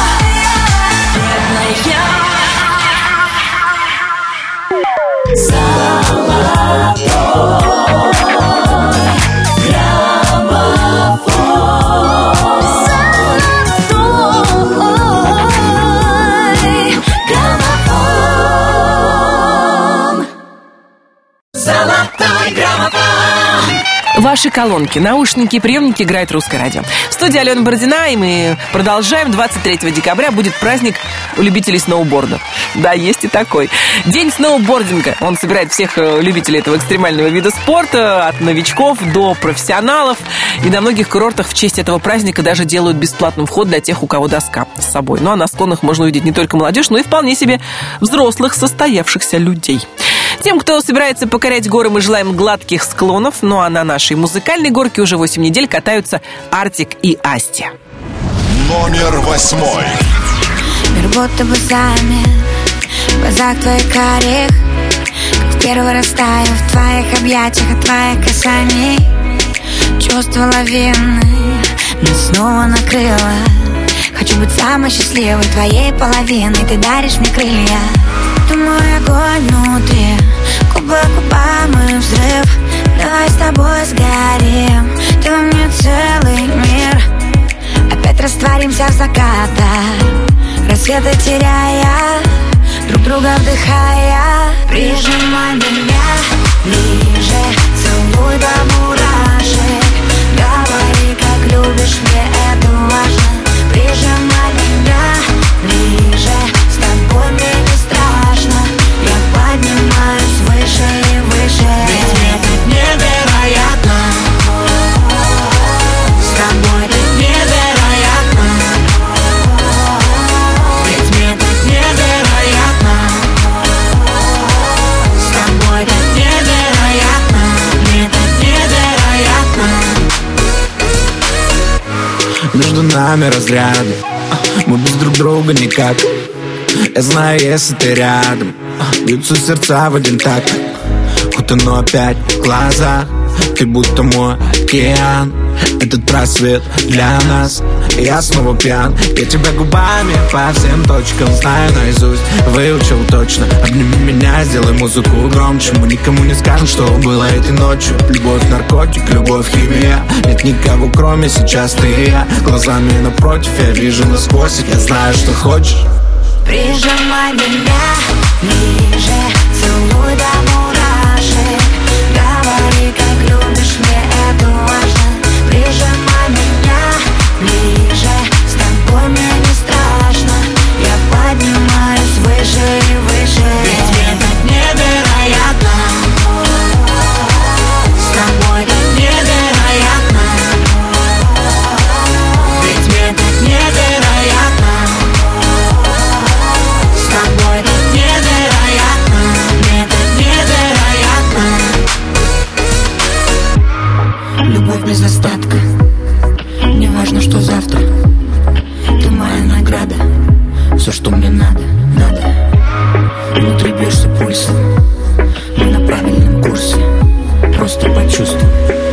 Ваши колонки, наушники, приемники играет Русское радио. В студии Алена Бородина, и мы продолжаем. 23 декабря будет праздник у любителей сноуборда. Да, есть и такой. День сноубординга. Он собирает всех любителей этого экстремального вида спорта, от новичков до профессионалов. И на многих курортах в честь этого праздника даже делают бесплатный вход для тех, у кого доска с собой. Ну а на склонах можно увидеть не только молодежь, но и вполне себе взрослых, состоявшихся людей. Тем, кто собирается покорять горы, мы желаем гладких склонов. Ну а на нашей музыкальной горке уже 8 недель катаются Артик и Асти. Номер 8. Мир будто бы замер, в глазах твоих карих, как первый раз таю в твоих объятиях от твоих касаний. Чувство лавины нас снова накрыло. Хочу быть самой счастливой твоей половиной. Ты даришь мне крылья. Ты мой огонь внутри, губа к губам и взрыв. Давай с тобой сгорим, ты во мне целый мир. Опять растворимся в закатах, рассветы теряя, друг друга вдыхая. Прижимай меня ближе, целуй до мурашек. Говори, как любишь, мне это важно. Прижимай меня ближе, с тобой мне не страшно. Я поднимаюсь выше и выше. Ведь мне так невероятно, с тобой так невероятно. Ведь мне так невероятно, с тобой так невероятно. Мне так невероятно. Между нами разряды, мы без друг друга никак. Я знаю, если ты рядом, бьются сердца в один такт. Утону опять в глазах, ты будто мой океан. Этот рассвет для нас, и я снова пьян. Я тебя губами по всем точкам знаю наизусть, выучил точно. Обними меня, сделай музыку громче. Мы никому не скажем, что было этой ночью. Любовь, наркотик, любовь, химия. Нет никого, кроме сейчас ты и я. Глазами напротив, я вижу насквозь. Я знаю, что хочешь. Прижимай меня ближе, целуй до мурашек. Говори, как любишь, мне это важно. Прижимай меня ближе, с тобой мне не страшно. Я поднимаюсь выше и выше. Ведь мне так невероятно, с тобой так невероятно. Ведь мне так невероятно, с тобой так невероятно. Мне так невероятно. Любовь без остатка, не важно, что завтра. Ты моя награда, все, что мне надо, надо. Внутри бьешься пульсом, мы на правильном курсе. Просто почувствуй.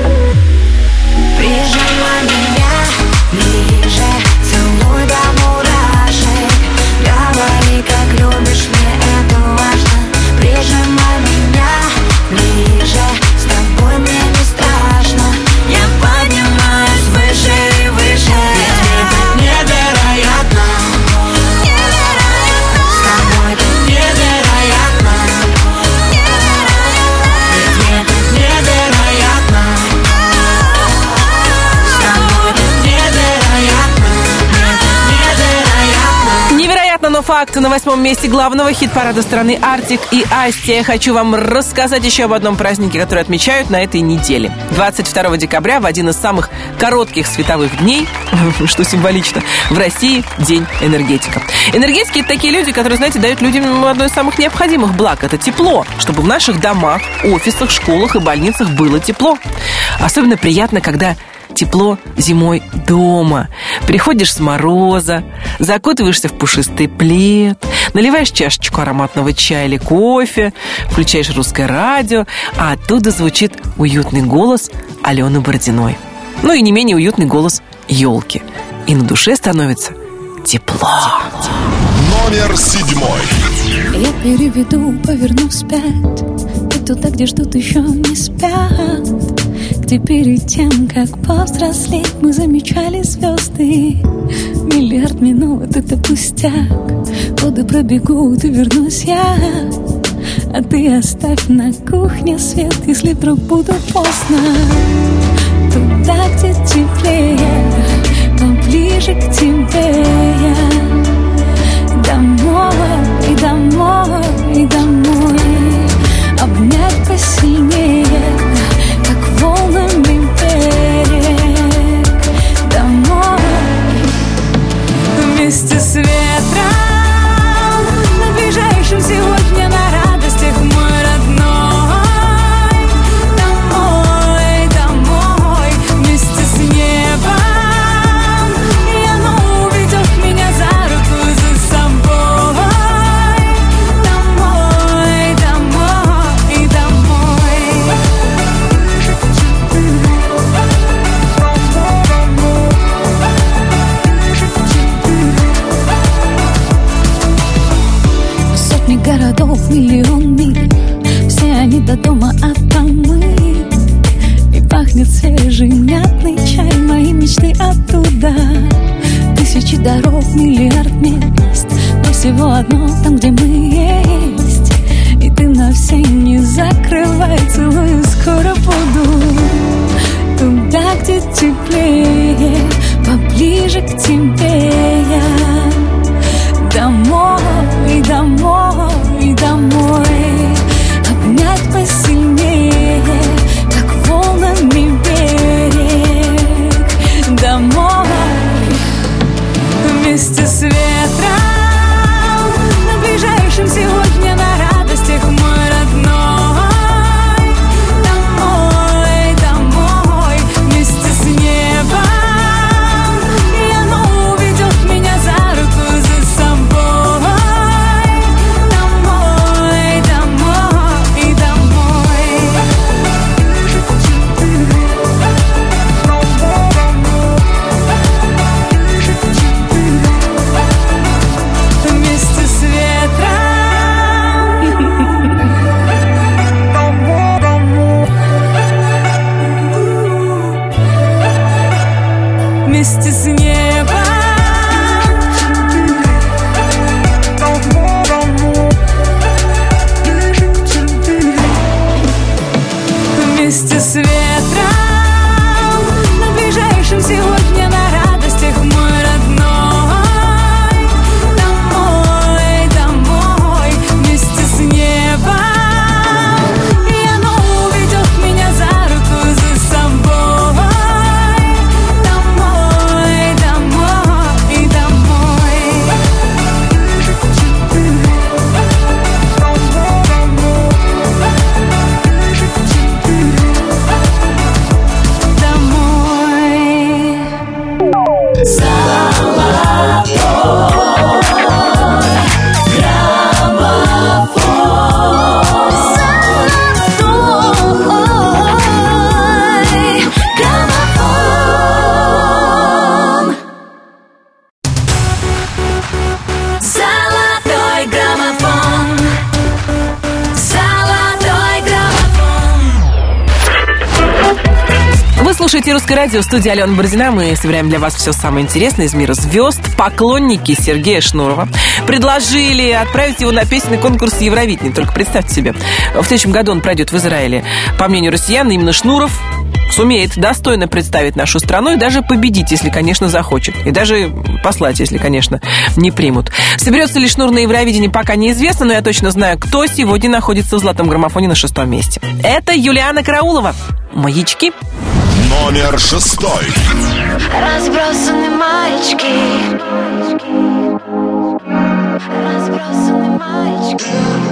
Прижимай меня ближе, целуй до мурашек. Говори, как любишь, мне это важно. Прижимай меня ближе, с тобой мне не страшно. Я поднимаюсь выше и выше. Ведь мне так невероятно, с тобой так невероятно. Ведь мне так невероятно, с тобой так невероятно. Мне так невероятно. Невероятно, но факт. На 8-м месте главного хит-парада страны Артик и Асти. Я хочу вам рассказать еще об одном празднике, который отмечают на этой неделе. 22 декабря, в один из самых коротких световых дней, что символично, в России День энергетика. Энергетики — это такие люди, которые, знаете, дают людям одно из самых необходимых благ. Это тепло, чтобы в наших домах, офисах, школах и больницах было тепло. Особенно приятно, когда тепло зимой дома. Приходишь с мороза, закутываешься в пушистый плед, наливаешь чашечку ароматного чая или кофе, включаешь русское радио, а оттуда звучит уютный голос Алены Бородиной. Ну и не менее уютный голос елки. И на душе становится тепло. Номер 7. Я переведу, поверну вспять, и туда, где ждут еще не спят, где перед тем, как повзрослеть, мы замечали звезды. Миллиард минут — это пустяк, годы пробегут и вернусь я, а ты оставь на кухне свет, если вдруг буду поздно. Туда, где теплее, поближе к тебе я. Домой, и домой, и домой. Обнять посильнее, как волнами берег. Домой, вместе с ветром, на ближайшем сегодня на радостях мой родной. Домой, домой, вместе с небом, и оно уведет меня за руку за собой. миллион миль. Все они до дома, а там мы. И пахнет свежий мятный чай. Мои мечты оттуда. Тысячи дорог, миллиард мест, но всего одно там, где мы есть. И ты на все не закрывай, целую, скоро буду туда, где теплее, поближе к тебе я. Домой, домой, домой, обнять посильнее, как волнами берег. Домой, вместе с ветром, на ближайшем сегодня на радостях мой родной. Домой, домой, вместе с небом, и оно уведет меня за руку, за собой. Домой, домой, домой. Вместе с ветром, вместе с небом, вместе с ветром, на ближайшем сегодня на радостях мой родной. Домой, домой, вместе с небом, и оно уведет меня за руку, за собой. Домой, домой, домой. Золотой граммофон. Золотой граммофон. Вы слушаете «Русское радио», в студии Алена Бородина. Мы собираем для вас все самое интересное из мира звезд. Поклонники Сергея Шнурова предложили отправить его на песенный конкурс Евровидения. Только представьте себе, в следующем году он пройдет в Израиле. По мнению россиян, именно Шнуров сумеет достойно представить нашу страну и даже победить, если, конечно, захочет. И даже послать, если, конечно, не примут. Соберется ли Шнур на Евровидении, пока неизвестно, но я точно знаю, кто сегодня находится в золотом граммофоне на 6-м месте. Это Юлиана Караулова. «Маячки». Номер 6. Разбросаны маячки. Разбросаны маячки.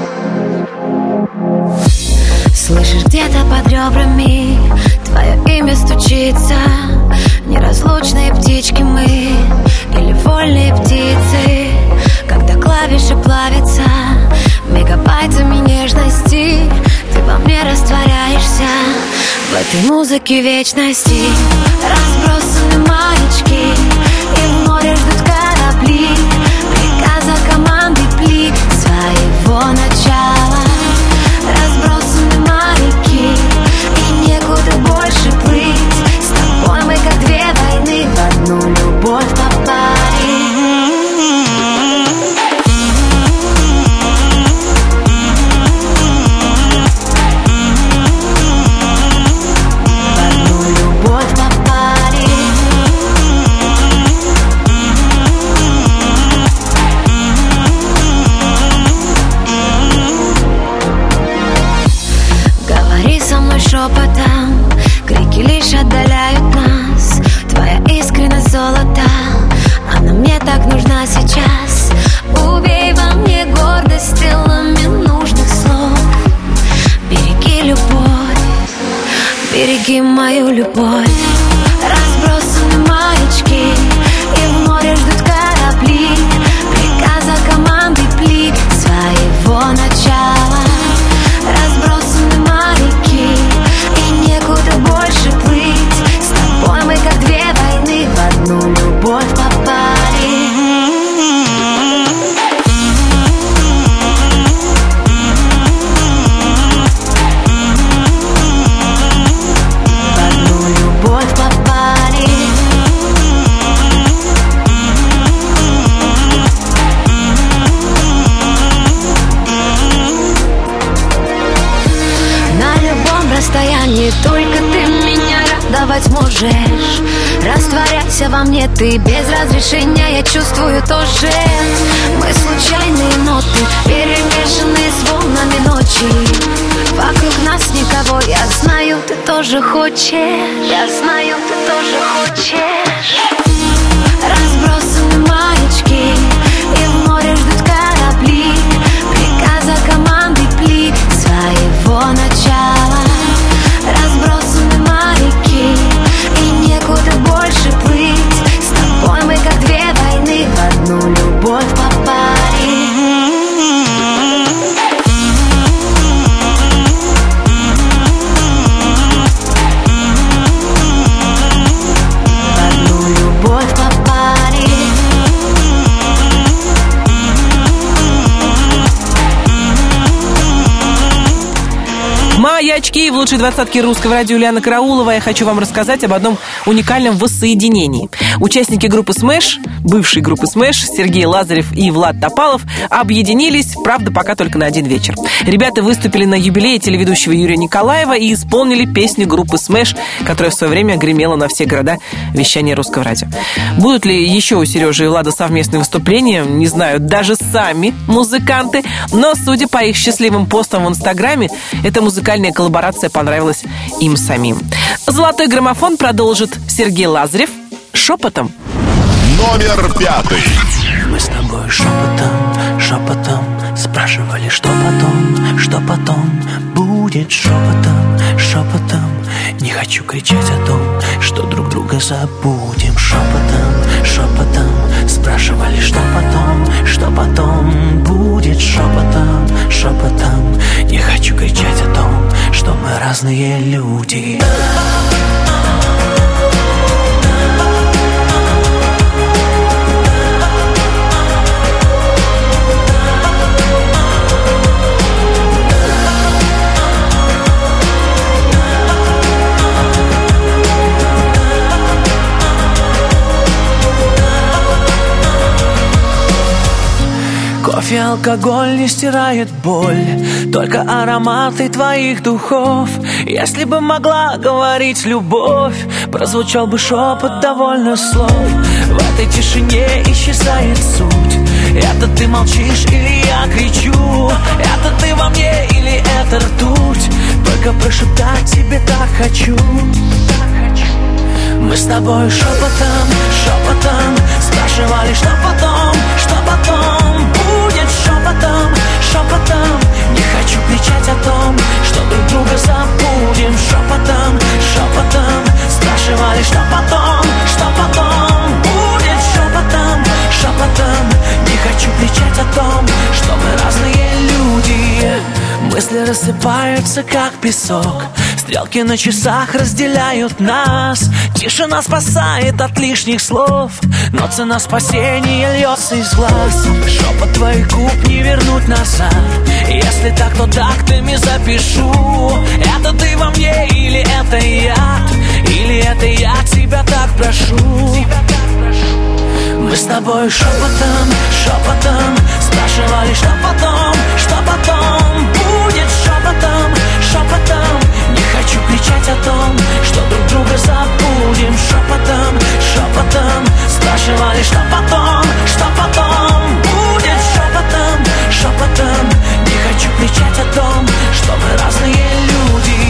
Слышишь, где-то под ребрами твое имя стучится. Неразлучные птички мы или вольные птицы. Когда клавиши плавятся мегабайтами нежности, ты во мне растворяешься в этой музыке вечности. Разбросаны маячки, и в море ждут корабли. Приказа команды плик своего начала. Разбросаны маяки, и некуда больше плыть. С тобой мы как две войны в одну любовь попали. Шепотом крики лишь отдаляют нас. Твоя искренность золота, она мне так нужна сейчас. Убей во мне гордость стрелами нужных слов. Береги любовь, береги мою любовь. Разбросаны маячки, и в море ждут корабли. Приказа команды плик своего начала. Разбросаны маяки, и некуда больше плыть. С тобой мы как две войны в одну любовь попали. во мне ты без разрешения, я чувствую тоже. Мы случайные ноты, перемешанные с волнами ночи. Вокруг нас никого, я знаю, ты тоже хочешь. Я знаю, ты тоже хочешь. Разбросаны маячки, и в море ждут корабли. Приказа команды пли своего начала. Разбросаны маяки, и некуда больше плыть. С тобой мы как две войны в одну любовь попали. Маячки в лучшей двадцатке русского радио Юлиана Караулова. Я хочу вам рассказать об одном уникальном воссоединении. Участники группы Smash, бывшей группы Smash, Сергей Лазарев и Влад Топалов, объединились, правда, пока только на один вечер. Ребята выступили на юбилее телеведущего Юрия Николаева и исполнили песню группы Smash, которая в свое время гремела на все города вещания русского радио. Будут ли еще у Сережи и Влада совместные выступления, не знаю, даже сами музыканты, но, судя по их счастливым постам в Инстаграме, эта музыкальная коллаборация понравилась им самим. «Золотой граммофон» продолжит Сергей Лазарев шепотом. Номер 5. Мы с тобой шепотом спрашивали, что потом будет шепотом. Не хочу кричать о том, что друг друга забудем. Шепотом спрашивали, что потом будет шепотом. Не хочу кричать о том, что мы разные люди. Кофе, алкоголь не стирает боль, только ароматы твоих духов. Если бы могла говорить любовь, прозвучал бы шепот довольно слов. В этой тишине исчезает суть. Это ты молчишь или я кричу? Это ты во мне или это ртуть? Только прошептать тебе так хочу. Мы с тобой шепотом спрашивали, что потом будет шепотом. Не хочу кричать о том, что друг друга забудем. Шепотом спрашивали, что потом будет шепотом. Не хочу кричать о том, что мы разные люди. Мысли рассыпаются, как песок. Стрелки на часах разделяют нас. Тишина спасает от лишних слов, но цена спасения льется из глаз. Шепот твоих губ не вернуть назад. Если так, то тактами запишу. Это ты во мне или это яд? Или это я тебя так прошу? Мы с тобой шепотом спрашивали, что потом будет шепотом. Не хочу кричать о том, что друг друга забудем. Шепотом спрашивали, что потом будет шепотом. Не хочу кричать о том, что мы разные люди.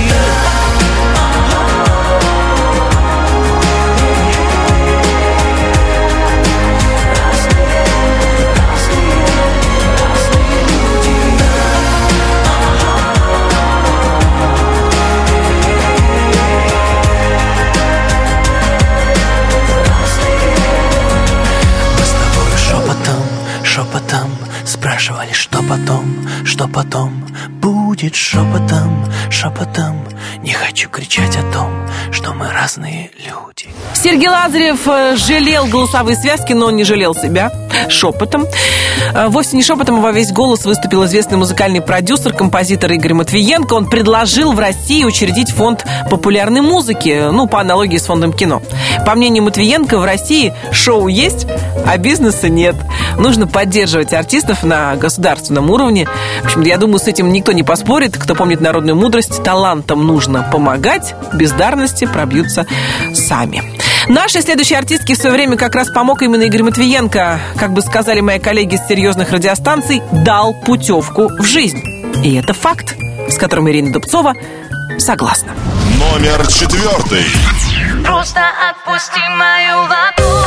Шепотом спрашивали, что потом будет шепотом. Не хочу кричать о том, что мы разные люди. Сергей Лазарев жалел голосовые связки, но он не жалел себя шепотом. Вовсе не шепотом, а во весь голос выступил известный музыкальный продюсер, композитор Игорь Матвиенко. Он предложил в России учредить фонд популярной музыки, по аналогии с фондом кино. По мнению Матвиенко, в России шоу есть, а бизнеса нет. Нужно поддерживать артистов на государственном уровне. В общем, я думаю, с этим никто не поспорит. Кто помнит народную мудрость, талантам нужно помогать, бездарности пробьются сами. Нашей следующей артистке в свое время как раз помог именно Игорь Матвиенко. Как бы сказали мои коллеги с серьезных радиостанций, дал путевку в жизнь. И это факт, с которым Ирина Дубцова согласна. Номер 4. Просто отпусти мою ладонь.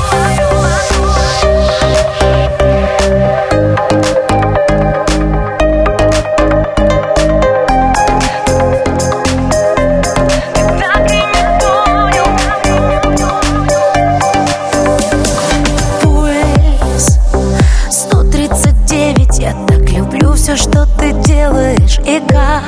Все, что ты делаешь и как.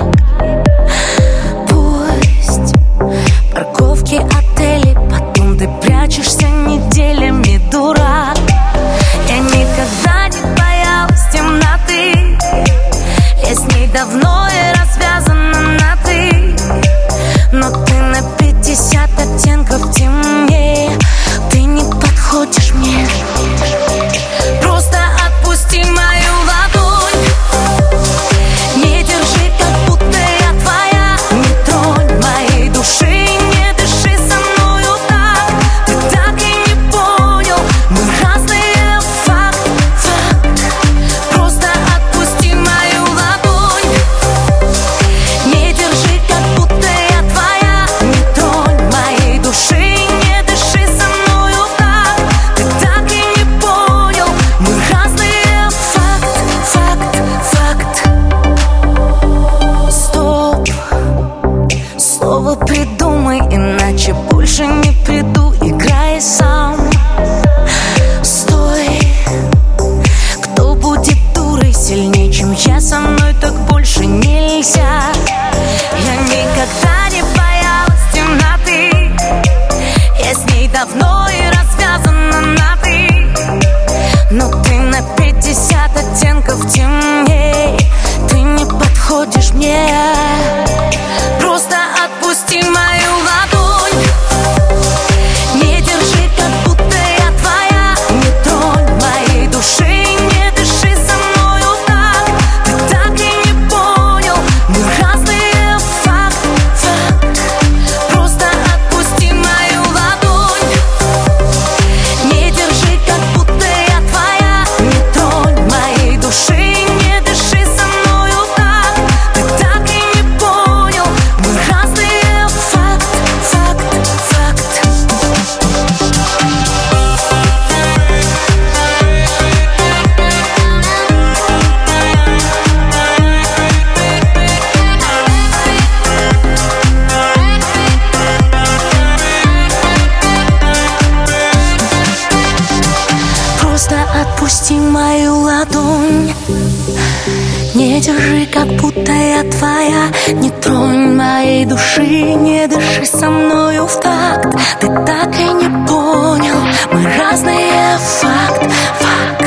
Пусть парковки, отели, потом ты прячешься неделями, дурак. Я никогда не боялась темноты. Я с ней давно и развязана на ты. Но ты на 50 оттенков темнее. Ты не подходишь мне. Просто отпусти мою ладонь. Не держи, как будто я твоя. Не тронь моей души, не дыши со мною так. Ты так и не понял, мы разные, факт, факт. Просто отпусти мою ладонь. Не держи, как будто я твоя. Не тронь моей души, не дыши со мною так. Ты так и не понял, мы разные, факт, факт, факт. Стоп, слово придумай, иначе больше не приду. Играй сам. Стой, кто будет дурой сильнее, чем я? Со мной так больше нельзя. Я никогда не боялась темноты. Я с ней давно и развязана на ты. Но ты на 50 оттенков темней. Ты не подходишь мне. Просто отпусти мою ладонь. Не держи, как будто я твоя. Не тронь моей души, не дыши со мною так. Ты так и не понял, мы разные, факт, факт. Просто отпусти мою ладонь. Не держи, как будто я твоя. Не тронь моей души, не дыши со мною так. Ты так и не понял, мы разные, факт, факт, факт. Просто отпусти мою ладонь. Не держи, как будто я твоя. Не тронь моей души, не дыши со мною в такт. Ты так и не понял, мы разные, факт, факт.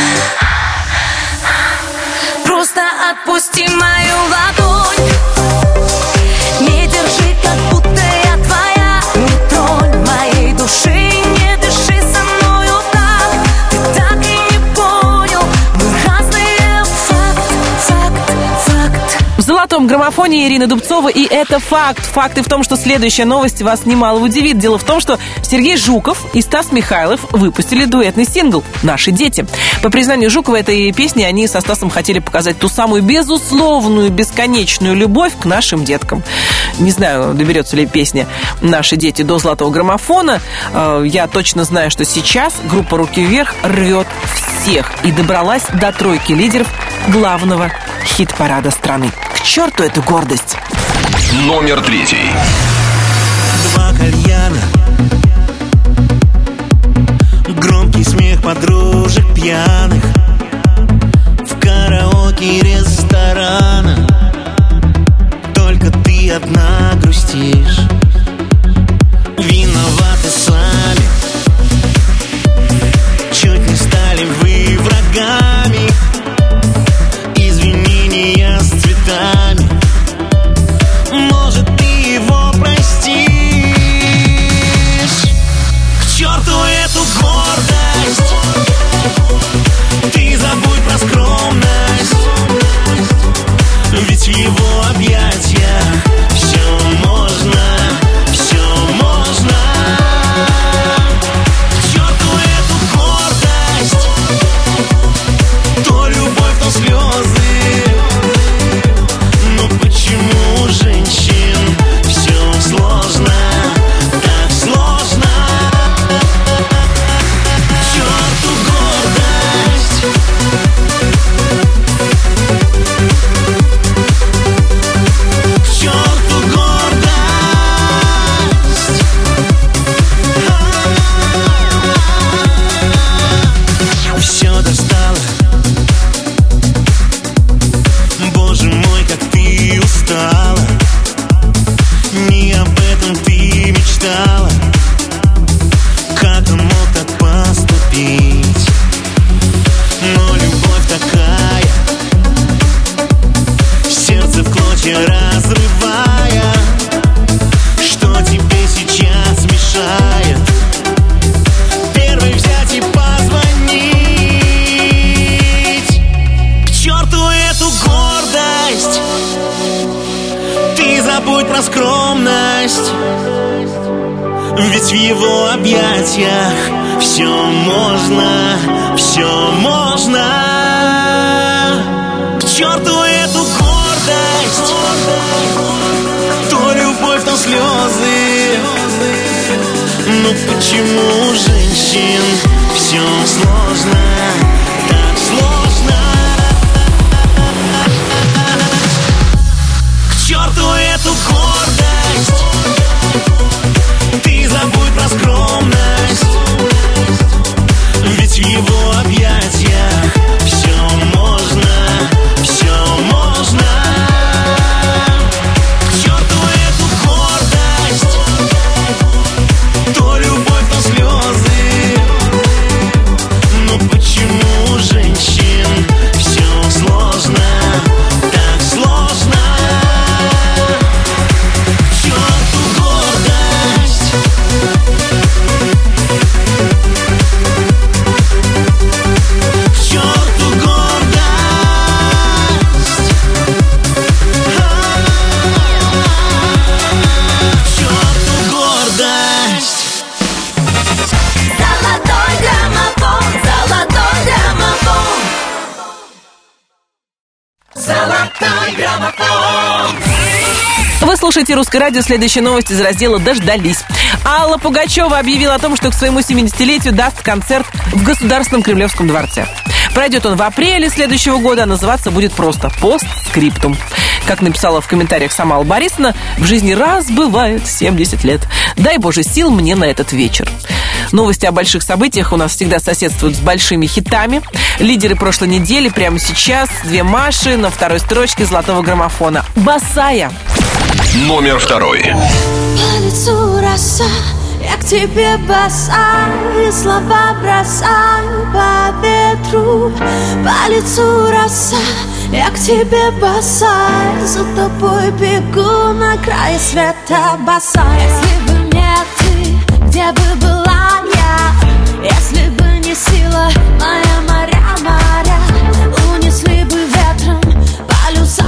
Просто отпусти мою ладонь. Не держи, как будто я твоя. Не тронь моей души, не дыши со мною так. Ты так и не понял, мы разные, факт, факт, факт. В золотом граммофоне Ирина Дубцова, и это факт. Факт и в том, что следующая новость вас немало удивит. Дело в том, что Сергей Жуков и Стас Михайлов выпустили дуэтный сингл «Наши дети». По признанию Жукова, этой песней они со Стасом хотели показать ту самую безусловную, бесконечную любовь к нашим деткам. Не знаю, доберется ли песня «Наши дети» до золотого граммофона. Я точно знаю, что сейчас группа «Руки вверх» рвет всех и добралась до тройки лидеров главного хит-парада страны. К черту эту гордость! Номер 3. Два кальяна, громкий смех подружек пьяных в караоке ресторана. Только ты одна грустишь. Виноваты сами. Чуть не стали вы врагами. Извинения с цветами. Может, ты его простишь. К черту эту гордость. про скромность, ведь в его объятиях все можно, все можно. К черту эту гордость, то любовь, то слезы. Но почему у женщин все сложно, так сложно? К черту эту гордость, ты забудь про скромность, ведь в его объятиях все можно, все можно. К черту эту гордость, то любовь, то слезы. Но почему у женщин все сложно, так сложно? К черту гордость. К черту гордость. К черту гордость. Золотой граммофон, золотой граммофон. Золотой граммофон. Вы слушаете «Русское радио». Следующие новости из раздела «Дождались». Алла Пугачева объявила о том, что к своему 70-летию даст концерт в Государственном Кремлевском дворце. Пройдет он в апреле следующего года, а называться будет просто «Постскриптум». Как написала в комментариях сама Алла Борисовна, в жизни раз бывает 70 лет. Дай Боже сил мне на этот вечер. Новости о больших событиях у нас всегда соседствуют с большими хитами. Лидеры прошлой недели прямо сейчас. Две Маши на второй строчке золотого граммофона. «Босая». Номер второй. По лицу роса, я к тебе босая, слова бросаю по ветру. По лицу роса, я к тебе босая, за тобой бегу на край света босая. Если бы не ты, где бы была я? Если бы не сила моя, моря, унесли бы ветром полюса,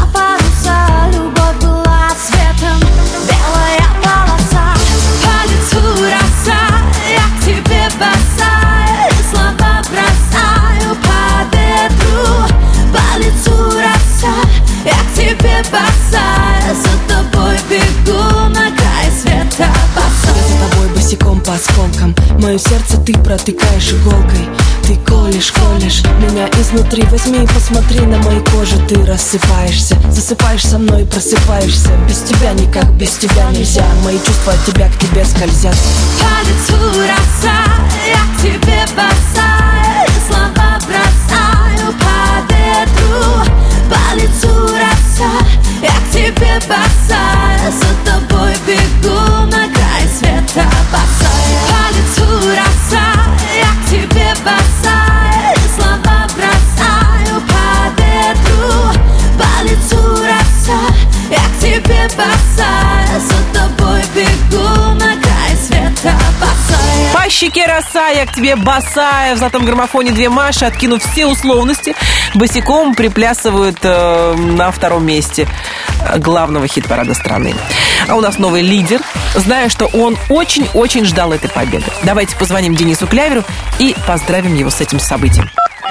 любовь была светом, белая полоса. По лицу роса, я к тебе босая, слова бросаю по ветру. По лицу роса, я к тебе босая, за тобой бегу на край света босая. За тобой босиком по осколкам, мое сердце ты протыкаешь иголкой. Ты колешь меня изнутри. Возьми и посмотри на моей коже. Ты рассыпаешься, засыпаешь со мной и просыпаешься. Без тебя никак, без тебя нельзя. Мои чувства от тебя к тебе скользят. По лицу роса, я к тебе босая, слова бросаю по ветру. По лицу роса, я к тебе босая, за тобой бегу на край света босая. По лицу роса, я к тебе босая, слова бросаю по ветру. По лицу роса, я к тебе босая, за тобой бегу на край света босая. По щеке роса, я к тебе босая. В золотом граммофоне две Маши, откинув все условности, босиком приплясывают на втором месте главного хит-парада страны. А у нас новый лидер. Знаю, что он очень-очень ждал этой победы. Давайте позвоним Денису Кляверу и поздравим его с этим событием.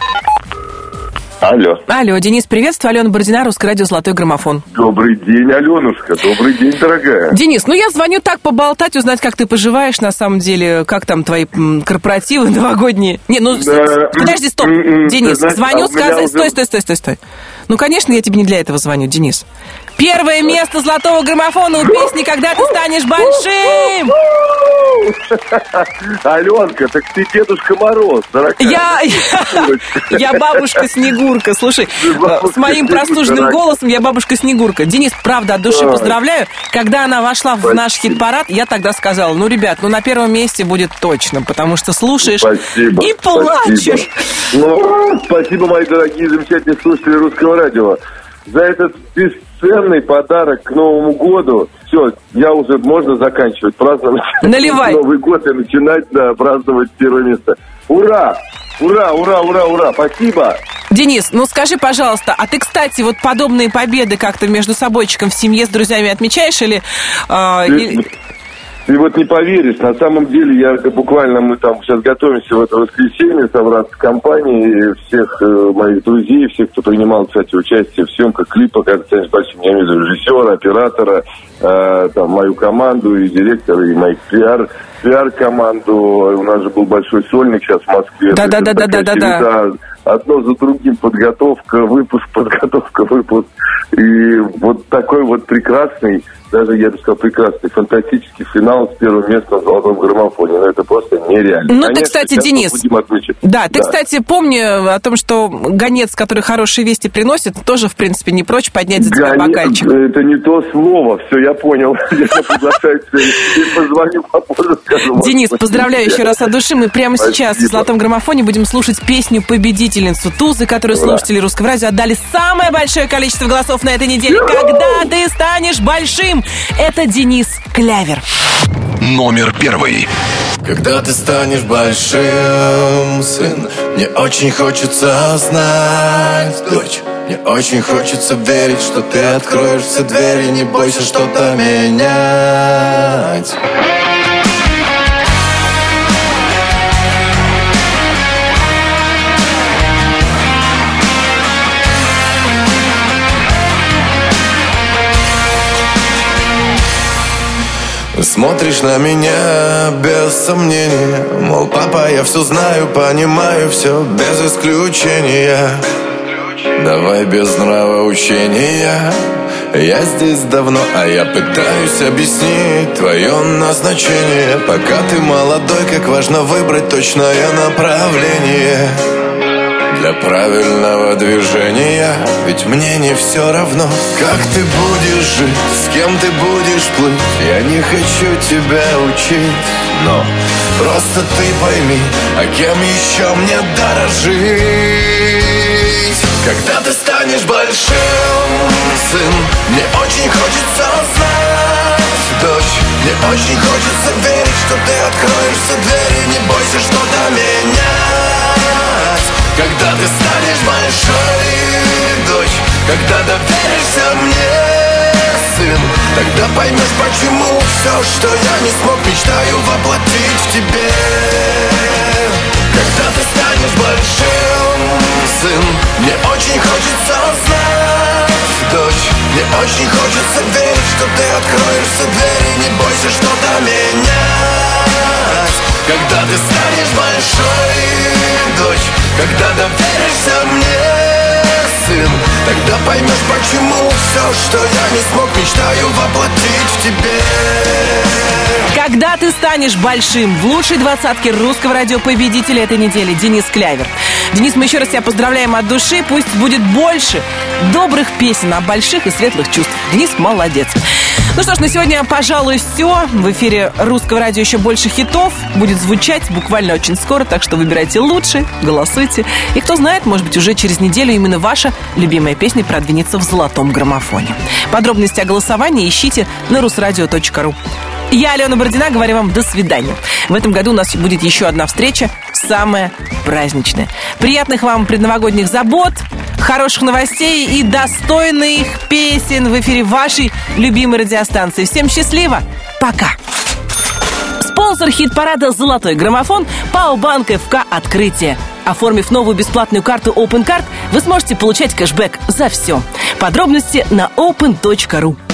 Алло. Алло, Денис, приветствую. Алена Бородина, «Русское радио», «Золотой граммофон». Добрый день, Аленушка. Добрый день, дорогая. Денис, я звоню так поболтать, узнать, как ты поживаешь на самом деле, как там твои корпоративы новогодние. Не, подожди, стоп. Денис, звоню, сказать... Стой. Конечно, я тебе не для этого звоню, Денис. Первое место золотого граммофона у песни «Когда ты станешь большим». Аленка, так ты Дедушка Мороз, дорогая. Я бабушка Снегурка. Слушай, с моим простуженным голосом я бабушка Снегурка. Денис, правда, от души поздравляю. Когда она вошла в наш хит-парад, я тогда сказала, ребят, на первом месте будет точно, потому что слушаешь и плачешь. Спасибо, мои дорогие, замечательные слушатели «Русского радио», за этот бесценный подарок к Новому году. Все, можно заканчивать праздновать. Наливай. Новый год и начинать праздновать первое место. Ура! Ура, ура, ура, ура! Спасибо! Денис, ну скажи, пожалуйста, а ты, кстати, вот подобные победы как-то между собойчиком в семье с друзьями отмечаешь или... Ты вот не поверишь, на самом деле мы там сейчас готовимся в это воскресенье собраться с компанией всех моих друзей, всех, кто принимал, кстати, участие в съемках клипа, как ты станешь большим, я имею в виду режиссера, оператора, там, мою команду и директора, и моих пиар-команду. У нас же был большой сольник сейчас в Москве. Да. Одно за другим подготовка, выпуск. И вот такой вот прекрасный, даже, я бы сказал, прекрасный, фантастический финал с первым местом в «Золотом граммофоне». Но это просто нереально. Ну, ты, кстати, Денис, ты, кстати, помни о том, что гонец, который хорошие вести приносит, тоже, в принципе, не прочь поднять за тебя бокальчик. Это не то слово. Все, я понял. Я приглашаю тебя и позвоню попозже, скажу. Денис, поздравляю еще раз от души. Мы прямо сейчас в «Золотом граммофоне» будем слушать песню «Победительницу Тузы», которую слушатели Русского радио отдали самое большое количество голосов на этой неделе. «Когда ты станешь большим». Это Денис Клявер. Номер 1. Когда ты станешь большим, сын, мне очень хочется знать, дочь, мне очень хочется верить, что ты откроешь все двери, не бойся что-то менять. Смотришь на меня без сомнения, мол, папа, я все знаю, понимаю все без исключения. Давай без нравоучения. Я здесь давно, а я пытаюсь объяснить твое назначение. Пока ты молодой, как важно выбрать точное направление для правильного движения. Ведь мне не все равно, как ты будешь жить, с кем ты будешь плыть. Я не хочу тебя учить, но просто ты пойми, а кем еще мне дорожить. Когда ты станешь большим, сын, мне очень хочется знать, дочь, мне очень хочется верить, что ты откроешь все двери, не бойся что-то менять. Когда ты станешь большой, дочь, когда доверишься мне, сын, тогда поймешь, почему все, что я не смог, мечтаю воплотить в тебе. Когда ты станешь большим, сын, мне очень хочется знать, дочь, мне очень хочется верить, что ты откроешь все двери, не бойся что-то менять. Когда ты станешь большой, дочь, когда доверишься мне, сын, тогда поймешь, почему все, что я не смог, мечтаю воплотить в тебе. Когда ты станешь большим, в лучшей двадцатке русского радио победителя этой недели Денис Клявер. Денис, мы еще раз тебя поздравляем от души. Пусть будет больше добрых песен о больших и светлых чувствах. Денис молодец. Ну что ж, на сегодня, пожалуй, все. В эфире русского радио еще больше хитов будет звучать буквально очень скоро, так что выбирайте лучше, голосуйте. И кто знает, может быть, уже через неделю именно ваша любимая песня продвинется в «Золотом граммофоне». Подробности о голосовании ищите на rusradio.ru. Я, Алена Бородина, говорю вам до свидания. В этом году у нас будет еще одна встреча, самая праздничная. Приятных вам предновогодних забот, хороших новостей и достойных песен в эфире вашей любимой радиостанции. Всем счастливо, пока! Спонсор хит-парада «Золотой граммофон» ПАО «Банк ФК Открытие». Оформив новую бесплатную карту OpenCard, вы сможете получать кэшбэк за все. Подробности на open.ru.